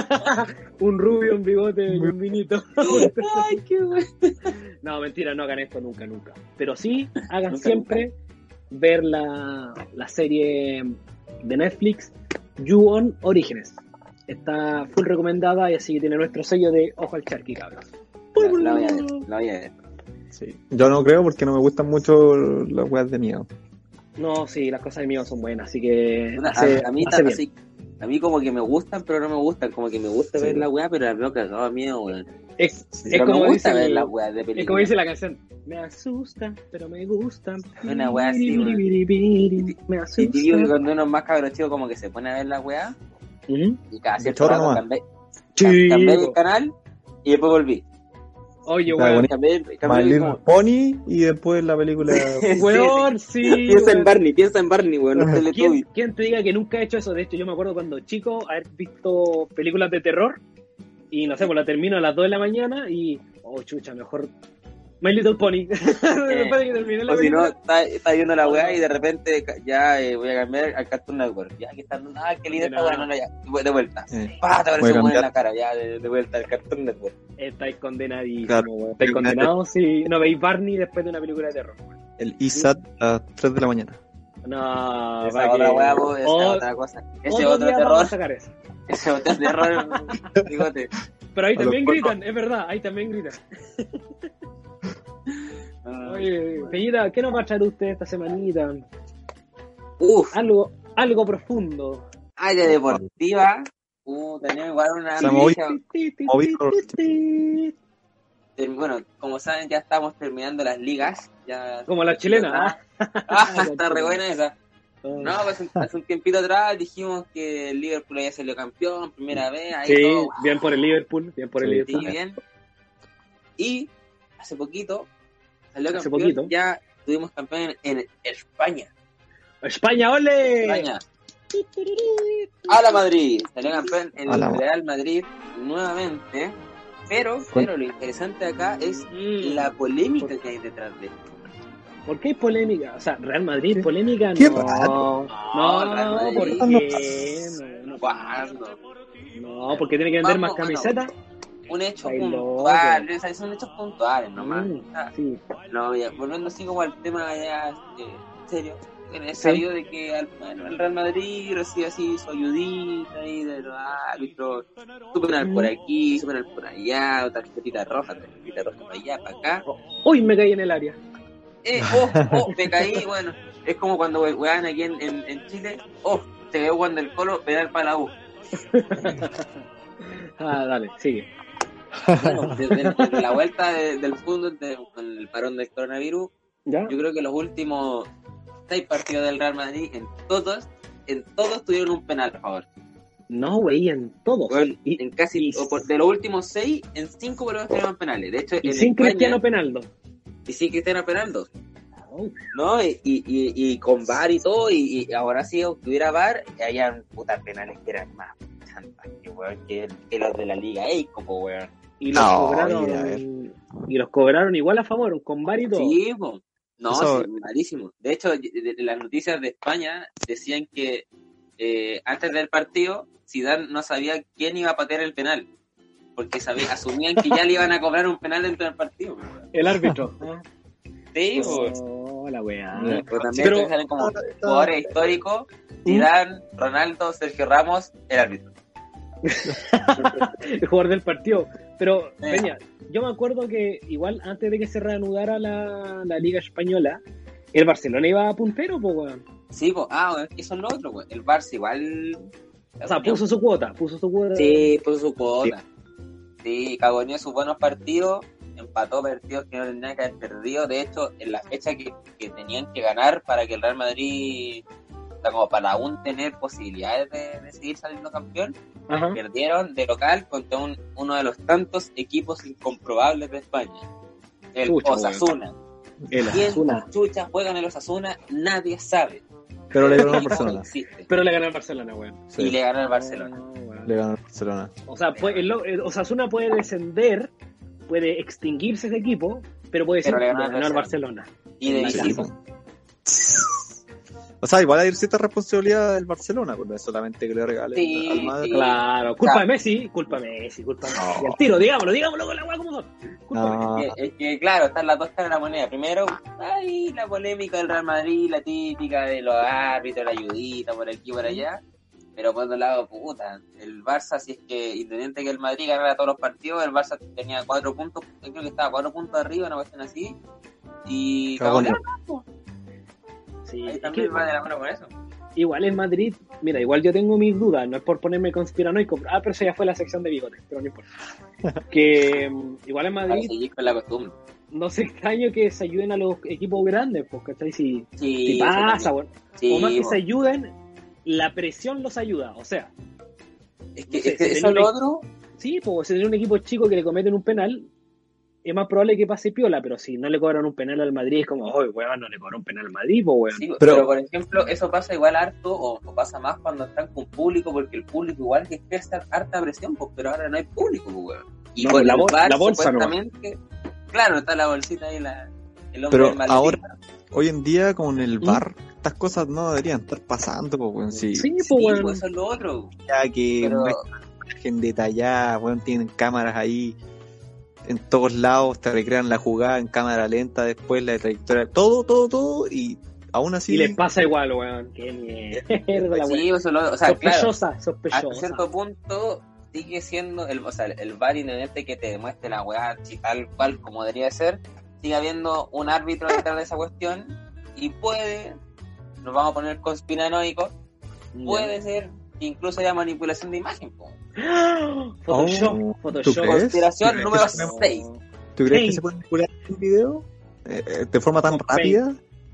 un rubio, un bigote y un vinito. Ay, qué bueno. No, mentira, no hagan esto nunca, nunca. Pero sí, hagan Nunca, siempre ver la, la serie de Netflix Ju-On Orígenes. Está full recomendada y así que tiene nuestro sello de ojo al charqui, cabros. La, la voy a ver, la voy a ver. Sí. Yo no creo porque no me gustan mucho las weas de miedo. No, sí, las cosas de miedo son buenas, así que Una- hace- a, a mí hace ta- bien. así, a mí como que me gustan, pero no me gustan. Como que me gusta Sí. ver la weá, pero la veo cagado a miedo, weón. Es, es Pero como me gusta dice ver el- las weas de es película. como dice la canción. Me asusta, pero me gusta. Una wea así, Biri, weón. biri, biri, Me Y asusta. te digo que cuando uno es más cabro chico como que se pone a ver la weá Ujú. y cada De cierto chorro rato nomás. cambié, Sí, cambié el po. canal y después volví. Oye, Está weón. bonito. Cambié, My cambié Little como... Pony y después la película. Sí, Weón, sí. Piensa en weón. Barney, piensa en Barney, weón, los ¿Quién, Teletubbies. quién te diga que nunca he hecho eso? De hecho, yo me acuerdo cuando chico haber visto películas de terror y no sé, pues la termino a las dos de la mañana y, oh, chucha, mejor My Little Pony. Después de que terminé la O si no, película. está, está viendo la weá y de repente ca- ya eh, voy a cambiar al Cartoon Network. Ya que está, ah, qué linda esta No. weá, no, no, ya, de vuelta. Eh, ¡Pah! Te Voy aparece a un weón en cambiar. la cara, ya, de, de vuelta al Cartoon Network. Estáis condenadísimos, Claro. weón. Estáis condenados si no veis Barney después de una película de terror. weón. El I S A T a las tres de la mañana. No, Esa va otra que- weá, po, esa o- otra cosa. Ese otro otro día vamos a terror, sacar eso. ese otro terror, bigote. Pero ahí A los también cuatro. gritan, es verdad, ahí también gritan. Ah. Oye, Peñita, ¿qué nos va a traer usted esta semanita? Uf, Algo, algo profundo. área deportiva. Uh, tenemos igual una Se ha movido. noticia. Movido. Ter- Bueno, como saben, ya estamos terminando las ligas. Ya... Como la chilena. Ah, está re buena esa. ¿ah? No, pues un- hace un tiempito atrás dijimos que el Liverpool ya salió campeón, primera vez, ahí Sí, todo, bien por el Liverpool, bien por el Sí, Liverpool. sí, bien. Y hace poquito salió Hace campeón, poquito. ya tuvimos campeón en, en España. España, ole. España. A la Madrid, salió campeón el A la Ma- Real Madrid nuevamente, pero, Con- pero lo interesante acá es Mm, la polémica que hay detrás de esto. ¿Por qué hay polémica? O sea, Real Madrid, polémica, Qué no. raro. No, No, Real Madrid. ¿por qué? No, no, ¿Cuándo? no, porque tiene que vender más Vamos, bueno, camisetas. Un hecho Ay, puntual, o sea, son hechos puntuales nomás. Mm, Ah, sí. No, ya, volviendo así como al tema ya eh, serio, es sabido de que al, bueno, el Real Madrid recibe así su ayudita ahí de los árbitros, su penal por aquí, su penal por allá, tarjetita roja, tarjetita roja para allá, para acá. Uy, me caí en el área. Eh, oh, oh, me caí, bueno, es como cuando wean aquí en, en, en Chile, oh, se ve cuando el Colo penal para la U. Ah, dale, sigue. Bueno, desde, desde la vuelta de- del fútbol de- con el parón del coronavirus, ¿Ya? yo creo que los últimos seis partidos del Real Madrid, en todos, en todos tuvieron un penal a favor. No, güey, en todos. Bueno, y, en casi, y- o por- de los últimos seis, en cinco por lo menos tuvieron penales. De hecho, y en sin España, Cristiano Penaldo. y sin Cristiano Penaldo, Oh, ¿no? Y, y, y, y con V A R y todo, y, y ahora sí, aunque hubiera V A R, hayan putas penales que eran más chantas que, weón, que, que los de la Liga A, como weón. y los No, cobraron. mira, a ver. Y los cobraron igual a favor, con VAR y todo. Sí, po. No, Eso- sí, malísimo. De hecho, de- de- de las noticias de España decían que eh, antes del partido, Zidane no sabía quién iba a patear el penal. Porque sabía, asumían que ya le iban a cobrar un penal dentro del partido. po. El árbitro. Sí, po. Oh, la weá. Pero también Pero- salen como jugadores históricos, Zidane, Ronaldo, Sergio Ramos, el árbitro. El jugador del partido. Pero, Eh. Peña, yo me acuerdo que igual antes de que se reanudara la, la Liga Española, el Barcelona iba a puntero, pues, weón. Sí, pues, ah, bueno, eso es lo otro, pues. El Barça igual. O sea, puso su cuota, puso su cuota. Sí, puso su cuota. Sí, cagoneó sus buenos partidos, empató partidos que no tendrían que haber perdido. De hecho, en la fecha que, que tenían que ganar para que el Real Madrid, o sea, como para aún tener posibilidades de, de seguir saliendo campeón, Ajá. perdieron de local contra un, uno de los tantos equipos incomprobables de España, el Chucha, Osasuna. El ¿Quién Osasuna. chucha juega en el Osasuna? Nadie sabe. Pero le ganó al El equipo Barcelona. existe. Pero le ganó al Barcelona, weón. Sí, Y le ganó al Barcelona. No, weón. le ganó al Barcelona. O sea, puede, el, el Osasuna puede descender, puede extinguirse ese equipo, pero puede decir Pero que le ganó ganó al al Barcelona. Y de Sí. visita. O sea, igual hay cierta responsabilidad del Barcelona, porque no es solamente que le regale Sí, al Madrid. sí. Claro, culpa Claro. de Messi, culpa de Messi, culpa de Messi. No. Al tiro, digámoslo, digámoslo con la weá como son. Culpa de Messi. No, Es que, es que, claro, están las dos caras de la moneda. Primero, hay la polémica del Real Madrid, la típica de los árbitros, la ayudita por aquí y por allá. Pero por otro lado, puta, el Barça, si es que, independiente que el Madrid ganara todos los partidos, el Barça tenía cuatro puntos, yo creo que estaba cuatro puntos arriba, una cuestión así. Y Cagones. cagonearon. Sí, Ahí es también que va de la mano con eso. igual en Madrid, mira, igual yo tengo mis dudas, no es por ponerme conspiranoico, ah, pero eso ya fue la sección de bigotes, pero no importa. Que mm, igual en Para Madrid seguir con la costumbre. no se extraño que se ayuden a los equipos grandes, pues, ¿cachai? Si, Sí, si eso pasa, también. bueno, Sí, o más que bo. se ayuden, la presión los ayuda, o sea, Es que, no sé, es que si eso tenía es lo un- otro. sí, pues si tiene un equipo chico que le cometen un penal, es más probable que pase piola, pero si no le cobran un penal al Madrid, es como, oye, weón, no le cobró un penal al Madrid, pues, weón. Sí, Pero- pero, por ejemplo, eso pasa igual harto o, o pasa más cuando están con público, porque el público igual que ejerce harta presión, pues, pero ahora no hay público, pues, weón. Y No, por la el bol- VAR, la bolsa nomás. supuestamente, claro, está la bolsita ahí, la, el hombre Pero del maletín. ahora- hoy en día con el ¿Mm? V A R, estas cosas no deberían estar pasando, pues, weón. Sí, Sí, pues, Sí, weón. pues eso es lo otro. ya que Pero- muestran imagen detallada, weón, tienen cámaras ahí en todos lados, te recrean la jugada en cámara lenta, después la trayectoria, todo, todo, todo, y aún así... Y les pasa igual, weón. Qué mierda, la Sí, weón. eso es lo otro. O sea, claro, Sospechosa, hasta sospechosa. cierto punto sigue siendo, el, o sea, el VAR independiente que te demuestre la weá si tal cual como debería de ser, sigue habiendo un árbitro detrás de esa cuestión y puede, nos vamos a poner conspiranoicos, puede ser que incluso haya manipulación de imagen. Po. Photoshop, Oh, Photoshop. ¿tú crees? Conspiración ¿Tú número crees que se- seis. ¿Tú crees Hey. que se puede manipular un video eh, eh, de forma tan Con rápida?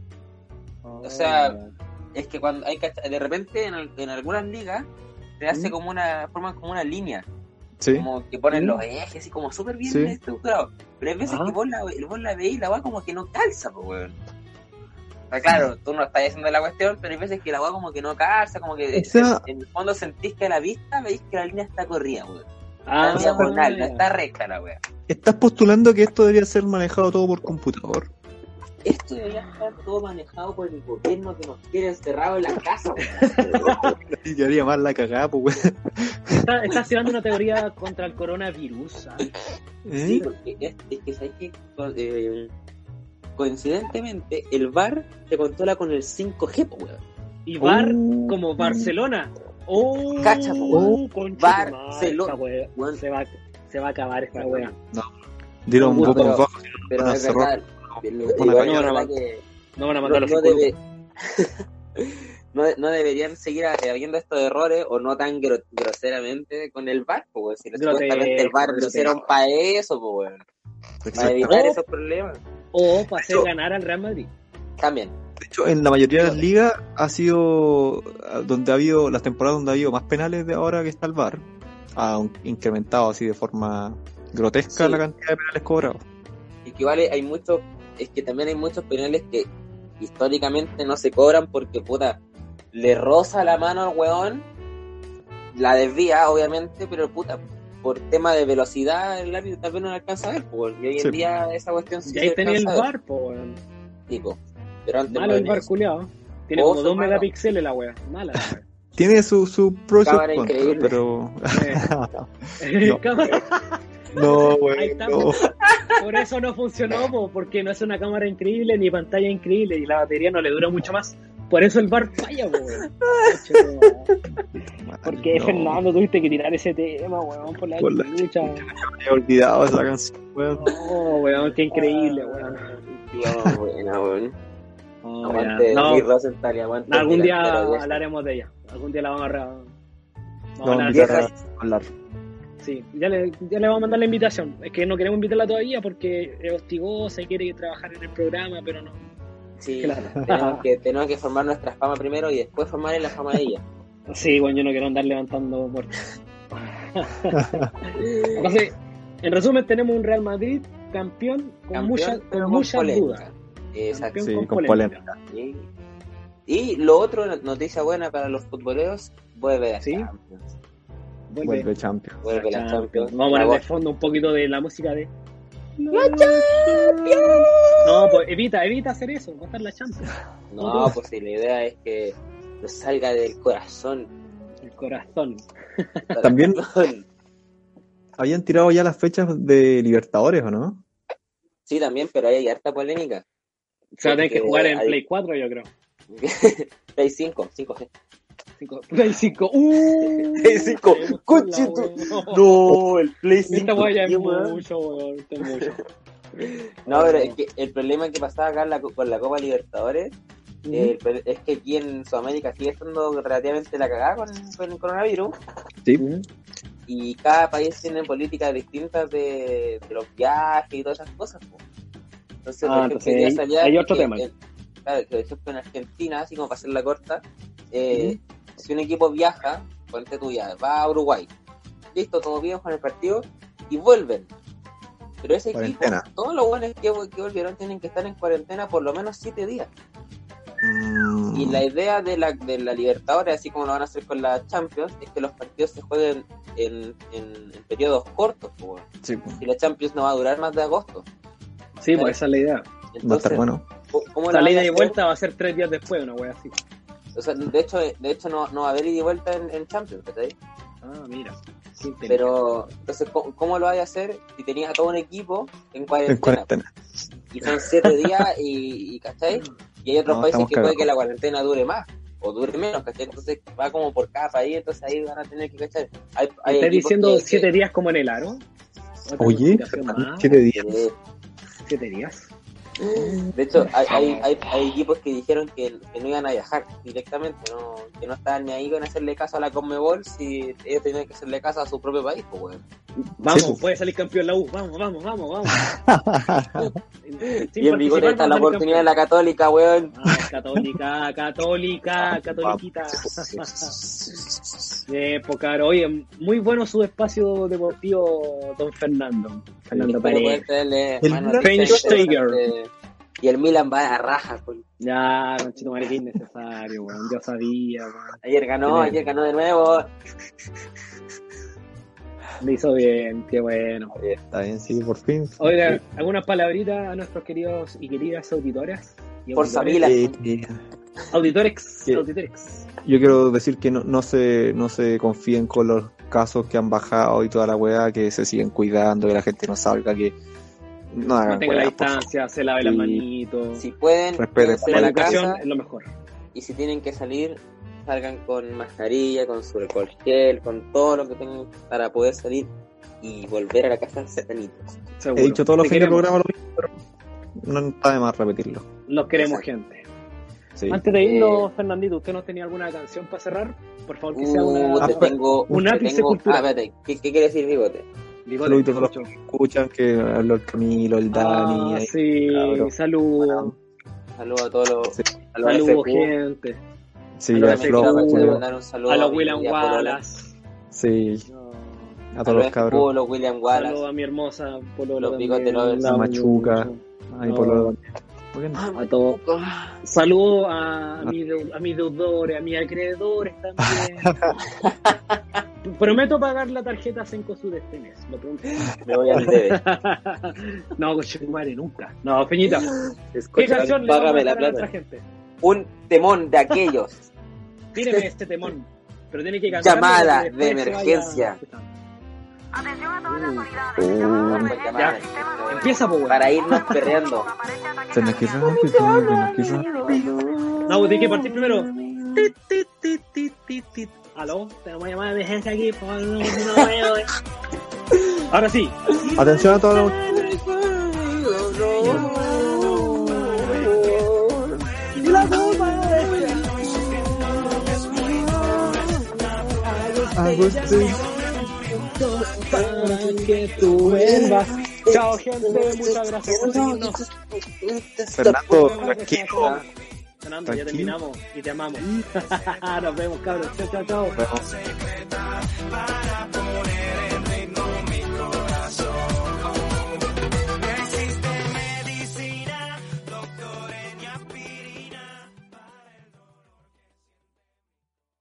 O sea, es que cuando hay cacha- de repente en, el- en algunas ligas te hace ¿Mm? como una, forman como una línea, Sí. como que ponen ¿Mm? los ejes así como súper bien Sí. estructurados. Pero hay veces Ajá. que vos la, vos la veis y la weá como que no calza, pues weón. O sea, claro, tú no estás haciendo la cuestión, pero hay veces que la weá como que no calza, como que O sea- en el fondo sentís que a la vista veis que la línea está corrida, weón. Ah, Está diagonal, no está recta la weá. ¿Estás postulando que esto debería ser manejado todo por computador? Esto debería estar todo manejado por el gobierno que nos quiere encerrado en la casa, weón. Y que haría más la cagada, pues, weón. Está, está haciendo una teoría contra el coronavirus. ¿sabes? ¿Eh? Sí, porque es, es que sabes que eh, coincidentemente el VAR se controla con el cinco G, po, weón. Y VAR Oh. como Barcelona. Oh, Cacha, po, weón. concha de madre, Barcelona. esta wea. Weón. Se va, se va a acabar esta wea. Dieron No, boca pero- abajo. Pero Van a es cerrar. verdad, el- Una igual caña. es verdad que No van a no, mandar los no cinco debe- lucas. no, no deberían seguir habiendo estos errores o no tan gro- groseramente con el VAR, pues, weón. Si Grotesco, supuestamente el VAR lo grotesco. hicieron para eso, pues, weón. Para Exacto. evitar Oh. esos problemas. O para hacer ganar al Real Madrid. También. De hecho, en la mayoría de las ligas ha sido ah, donde ha habido, las temporadas donde ha habido más penales de ahora que está el V A R. Ha un- incrementado así de forma grotesca Sí. la cantidad de penales cobrados. Y que vale, hay muchos, es que también hay muchos penales que históricamente no se cobran porque, puta, le roza la mano al weón, la desvía, obviamente, pero, puta, por tema de velocidad, el árbitro tal vez no le alcanza a ver, pues, y hoy en Sí. día esa cuestión sí Y ahí se tenía el alcanza a ver, VAR, po, weón. tipo. Pero antes Malo no el tenía VAR eso. culiado. Tiene Oh, como dos son malos. megapíxeles la wea. Mala la wea. Tiene su, su pro y sus Cámara contras, increíble. pero Eh, No. cámara- no, Ahí güey, está. no. Por eso no funcionó, po, porque no es una cámara increíble ni pantalla increíble y la batería no le dura mucho más. Por eso el VAR falla, po, weón. Porque No, Fernando tuviste que tirar ese tema, weón, por la Por la lucha. me había olvidado esa canción, weón. No, weón, qué increíble, weón. No, buena, weón. Oh, Aguante ya. No, Lee Rosenthal y aguante algún el día delantero viejo. hablaremos de ella. Algún día la vamos a, re- vamos No, a hablar. invitar a viejas. hablar. Sí, ya le, ya le vamos a mandar la invitación. Es que no queremos invitarla todavía porque es hostigosa y quiere trabajar en el programa, pero no. Sí, Claro. tenemos, que, tenemos que formar nuestra fama primero y después formar en la fama de ella. Sí, bueno, yo no quiero andar levantando muertos. Entonces, en resumen, tenemos un Real Madrid campeón con Campeón, muchas pero con con muchas polémica. dudas. Exacto. Campeón Sí, con con polémica. polémica. Y, y lo otro, noticia buena para los futboleros, vuelve la ¿Sí? Champions. Vuelve, Vuelve Champions. Vuelve la Champions. Vamos a poner La de fondo un poquito de la música de ¡La Champions! No, pues evita, evita hacer eso, va a estar la Champions. No, pues si la idea es que nos salga del corazón. El corazón. También- Habían tirado ya las fechas de Libertadores, ¿o no? Sí, también, pero ahí hay harta polémica. Se va a tener que Porque jugar en hay- Play cuatro, yo creo. Play cinco, cinco G. Cinco- Play cinco. ¡Uh! Play cinco, Me gustó conchito. la wea. No, el Play Esta cinco. guaya es qué weón. mucho, weón. Esto es mucho. No, pero es que el problema que pasaba acá en la- con la Copa Libertadores eh, el pro- es que aquí en Sudamérica sigue estando relativamente la cagada con, con el coronavirus. Sí. Y cada país tiene políticas distintas de, de los viajes y todas esas cosas, po. Entonces, por Ah, ejemplo, entonces hoy día hay- salía hay otro que tema. en- claro, que por ejemplo en Argentina, así como para hacer la corta, eh, si un equipo viaja, ponte tú ya, va a Uruguay, listo, todo bien con el partido, y vuelven. Pero ese Cuarentena. equipo, todos los buenos que, que volvieron tienen que estar en cuarentena por lo menos siete días. Mm, Y la idea de la, de la Libertadores, así como lo van a hacer con la Champions, es que los partidos se jueguen en, en, en periodos cortos, po, weón. sí, pues, Y la Champions no va a durar más de agosto. Sí, pues esa es la idea. va a Entonces, estar bueno. ¿cómo- ¿cómo La la ida van a y hacer? vuelta va a ser tres días después, una wea así. O sea, de hecho, de hecho no, no va a haber ida y vuelta en, en Champions, ¿cachai? Ah, mira. Qué inteligente. Pero, entonces, ¿cómo, cómo lo vas a hacer si tenías a todo un equipo en cuarentena? En cuarentena. Y son siete días y, y, ¿cachai? Y hay otros No, países estamos que puede cagados. que la cuarentena dure más o dure menos, ¿cachai? Entonces va como por cada país, entonces ahí van a tener que, ¿cachai? Hay, hay ¿Estás equipos diciendo que- siete que- días como en el aro? ¿Otra Oye, justificación más? siete días. eh, ¿Siete días? De hecho, hay, hay, hay, hay equipos que dijeron que, que no iban a viajar directamente, no, que no estaban ni ahí con hacerle caso a la Conmebol si ellos tenían que hacerle caso a su propio país, pues, weón. Vamos, Sí, pues. puede salir campeón la U. Vamos, vamos, vamos, vamos. Sin Y en Bigote participar, está la vamos a salir oportunidad de la Católica, weón. campeón. Ah, católica, católica, catoliquita. De época, oye, muy bueno su espacio deportivo, don Fernando. Fernando Espero Paredes. poder traerle El más Milan- noticias Schweinsteiger. interesantes. Y el Milan va a raja, pues. Ya, conchito madre, que innecesario, weón. Yo sabía, weón. Ayer ganó, Tiene- ayer ganó de nuevo. Me hizo bien, qué bueno. Está bien, sí, por fin. Oiga, algunas palabritas a nuestros queridos y queridas auditoras. Y Por auditores. Samila. Eh, eh, Auditorex, Sí. auditorex. yo quiero decir que no, no se no se confíen con los casos que han bajado y toda la weá, que se siguen cuidando, que la gente no salga, que no hagan Mantenga la weá, por favor. distancia, se lave las Sí. manitos. Si pueden, Respeten quédense La en la educación casa. es lo mejor. Y si tienen que salir, salgan con mascarilla, con su alcohol gel, con todo lo que tengan para poder salir y volver a la casa serenitos. Seguro. He dicho todos los Te fines del queremos. programa lo mismo, pero no está de más repetirlo. Los queremos, Exacto. gente. Sí. Antes de irnos, Eh, Fernandito, ¿usted no tenía alguna canción para cerrar? Por favor, que Uh, sea una... te tengo, un te ápice tengo- cultural. Ah, espérate, ¿qué, ¿qué quiere decir Bigote? Bigote, Saluditos a todos los escucho. que escuchan, que habló el Camilo, el Dani. Ah, ahí, sí, cabrón. saludos. Saludos a todos los. Sí. A los Saludos, F Q. gente. Sí, a a los Flo, F Q, Quiero Julio. mandar un saludo A los mi- William mi Apolola. Wallace. Sí, No. a A todos los los F Q, cabros. los William Wallace. Saludos a mi hermosa Polola. Los también, Bigote Lovers. la amo Machuca. mucho. Ahí No. por lo ¿Por qué no? A todos. Saludos a, a, mis deu- a mis deudores, a mis acreedores también. Prometo pagar la tarjeta Cencosud este mes. Lo prometo. Me voy al debe. No, coche, madre, nunca. No, Peñita. ¿Qué Escucha, canción le vamos a págame dejar la a nuestra plata. gente? Un temón de aquellos. Tíreme este temón. Pero tiene que cantarlo Llamada porque de después se emergencia. vaya escuchando. Atención a todas las unidades. Uh, Llamada Ya. de emergencia. Empieza, po, weón. Para irnos perreando. Ven aquí rápido, ven aquí rápido. No, pues, tiene que partir primero. Tit, tit, tit, tit, tit, tit. Aló, tenemos llamada de emergencia aquí. Por favor, no, no veo, eh. Ahora sí. Atención a todos los... Hago este- para que tú vuelvas. Chao, gente. Muchas gracias por seguirnos. Fernando, tranquilo. Fernando, ya Tranquilo. terminamos y te amamos. Nos vemos, cabros. Chao, chao, chao. Nos vemos.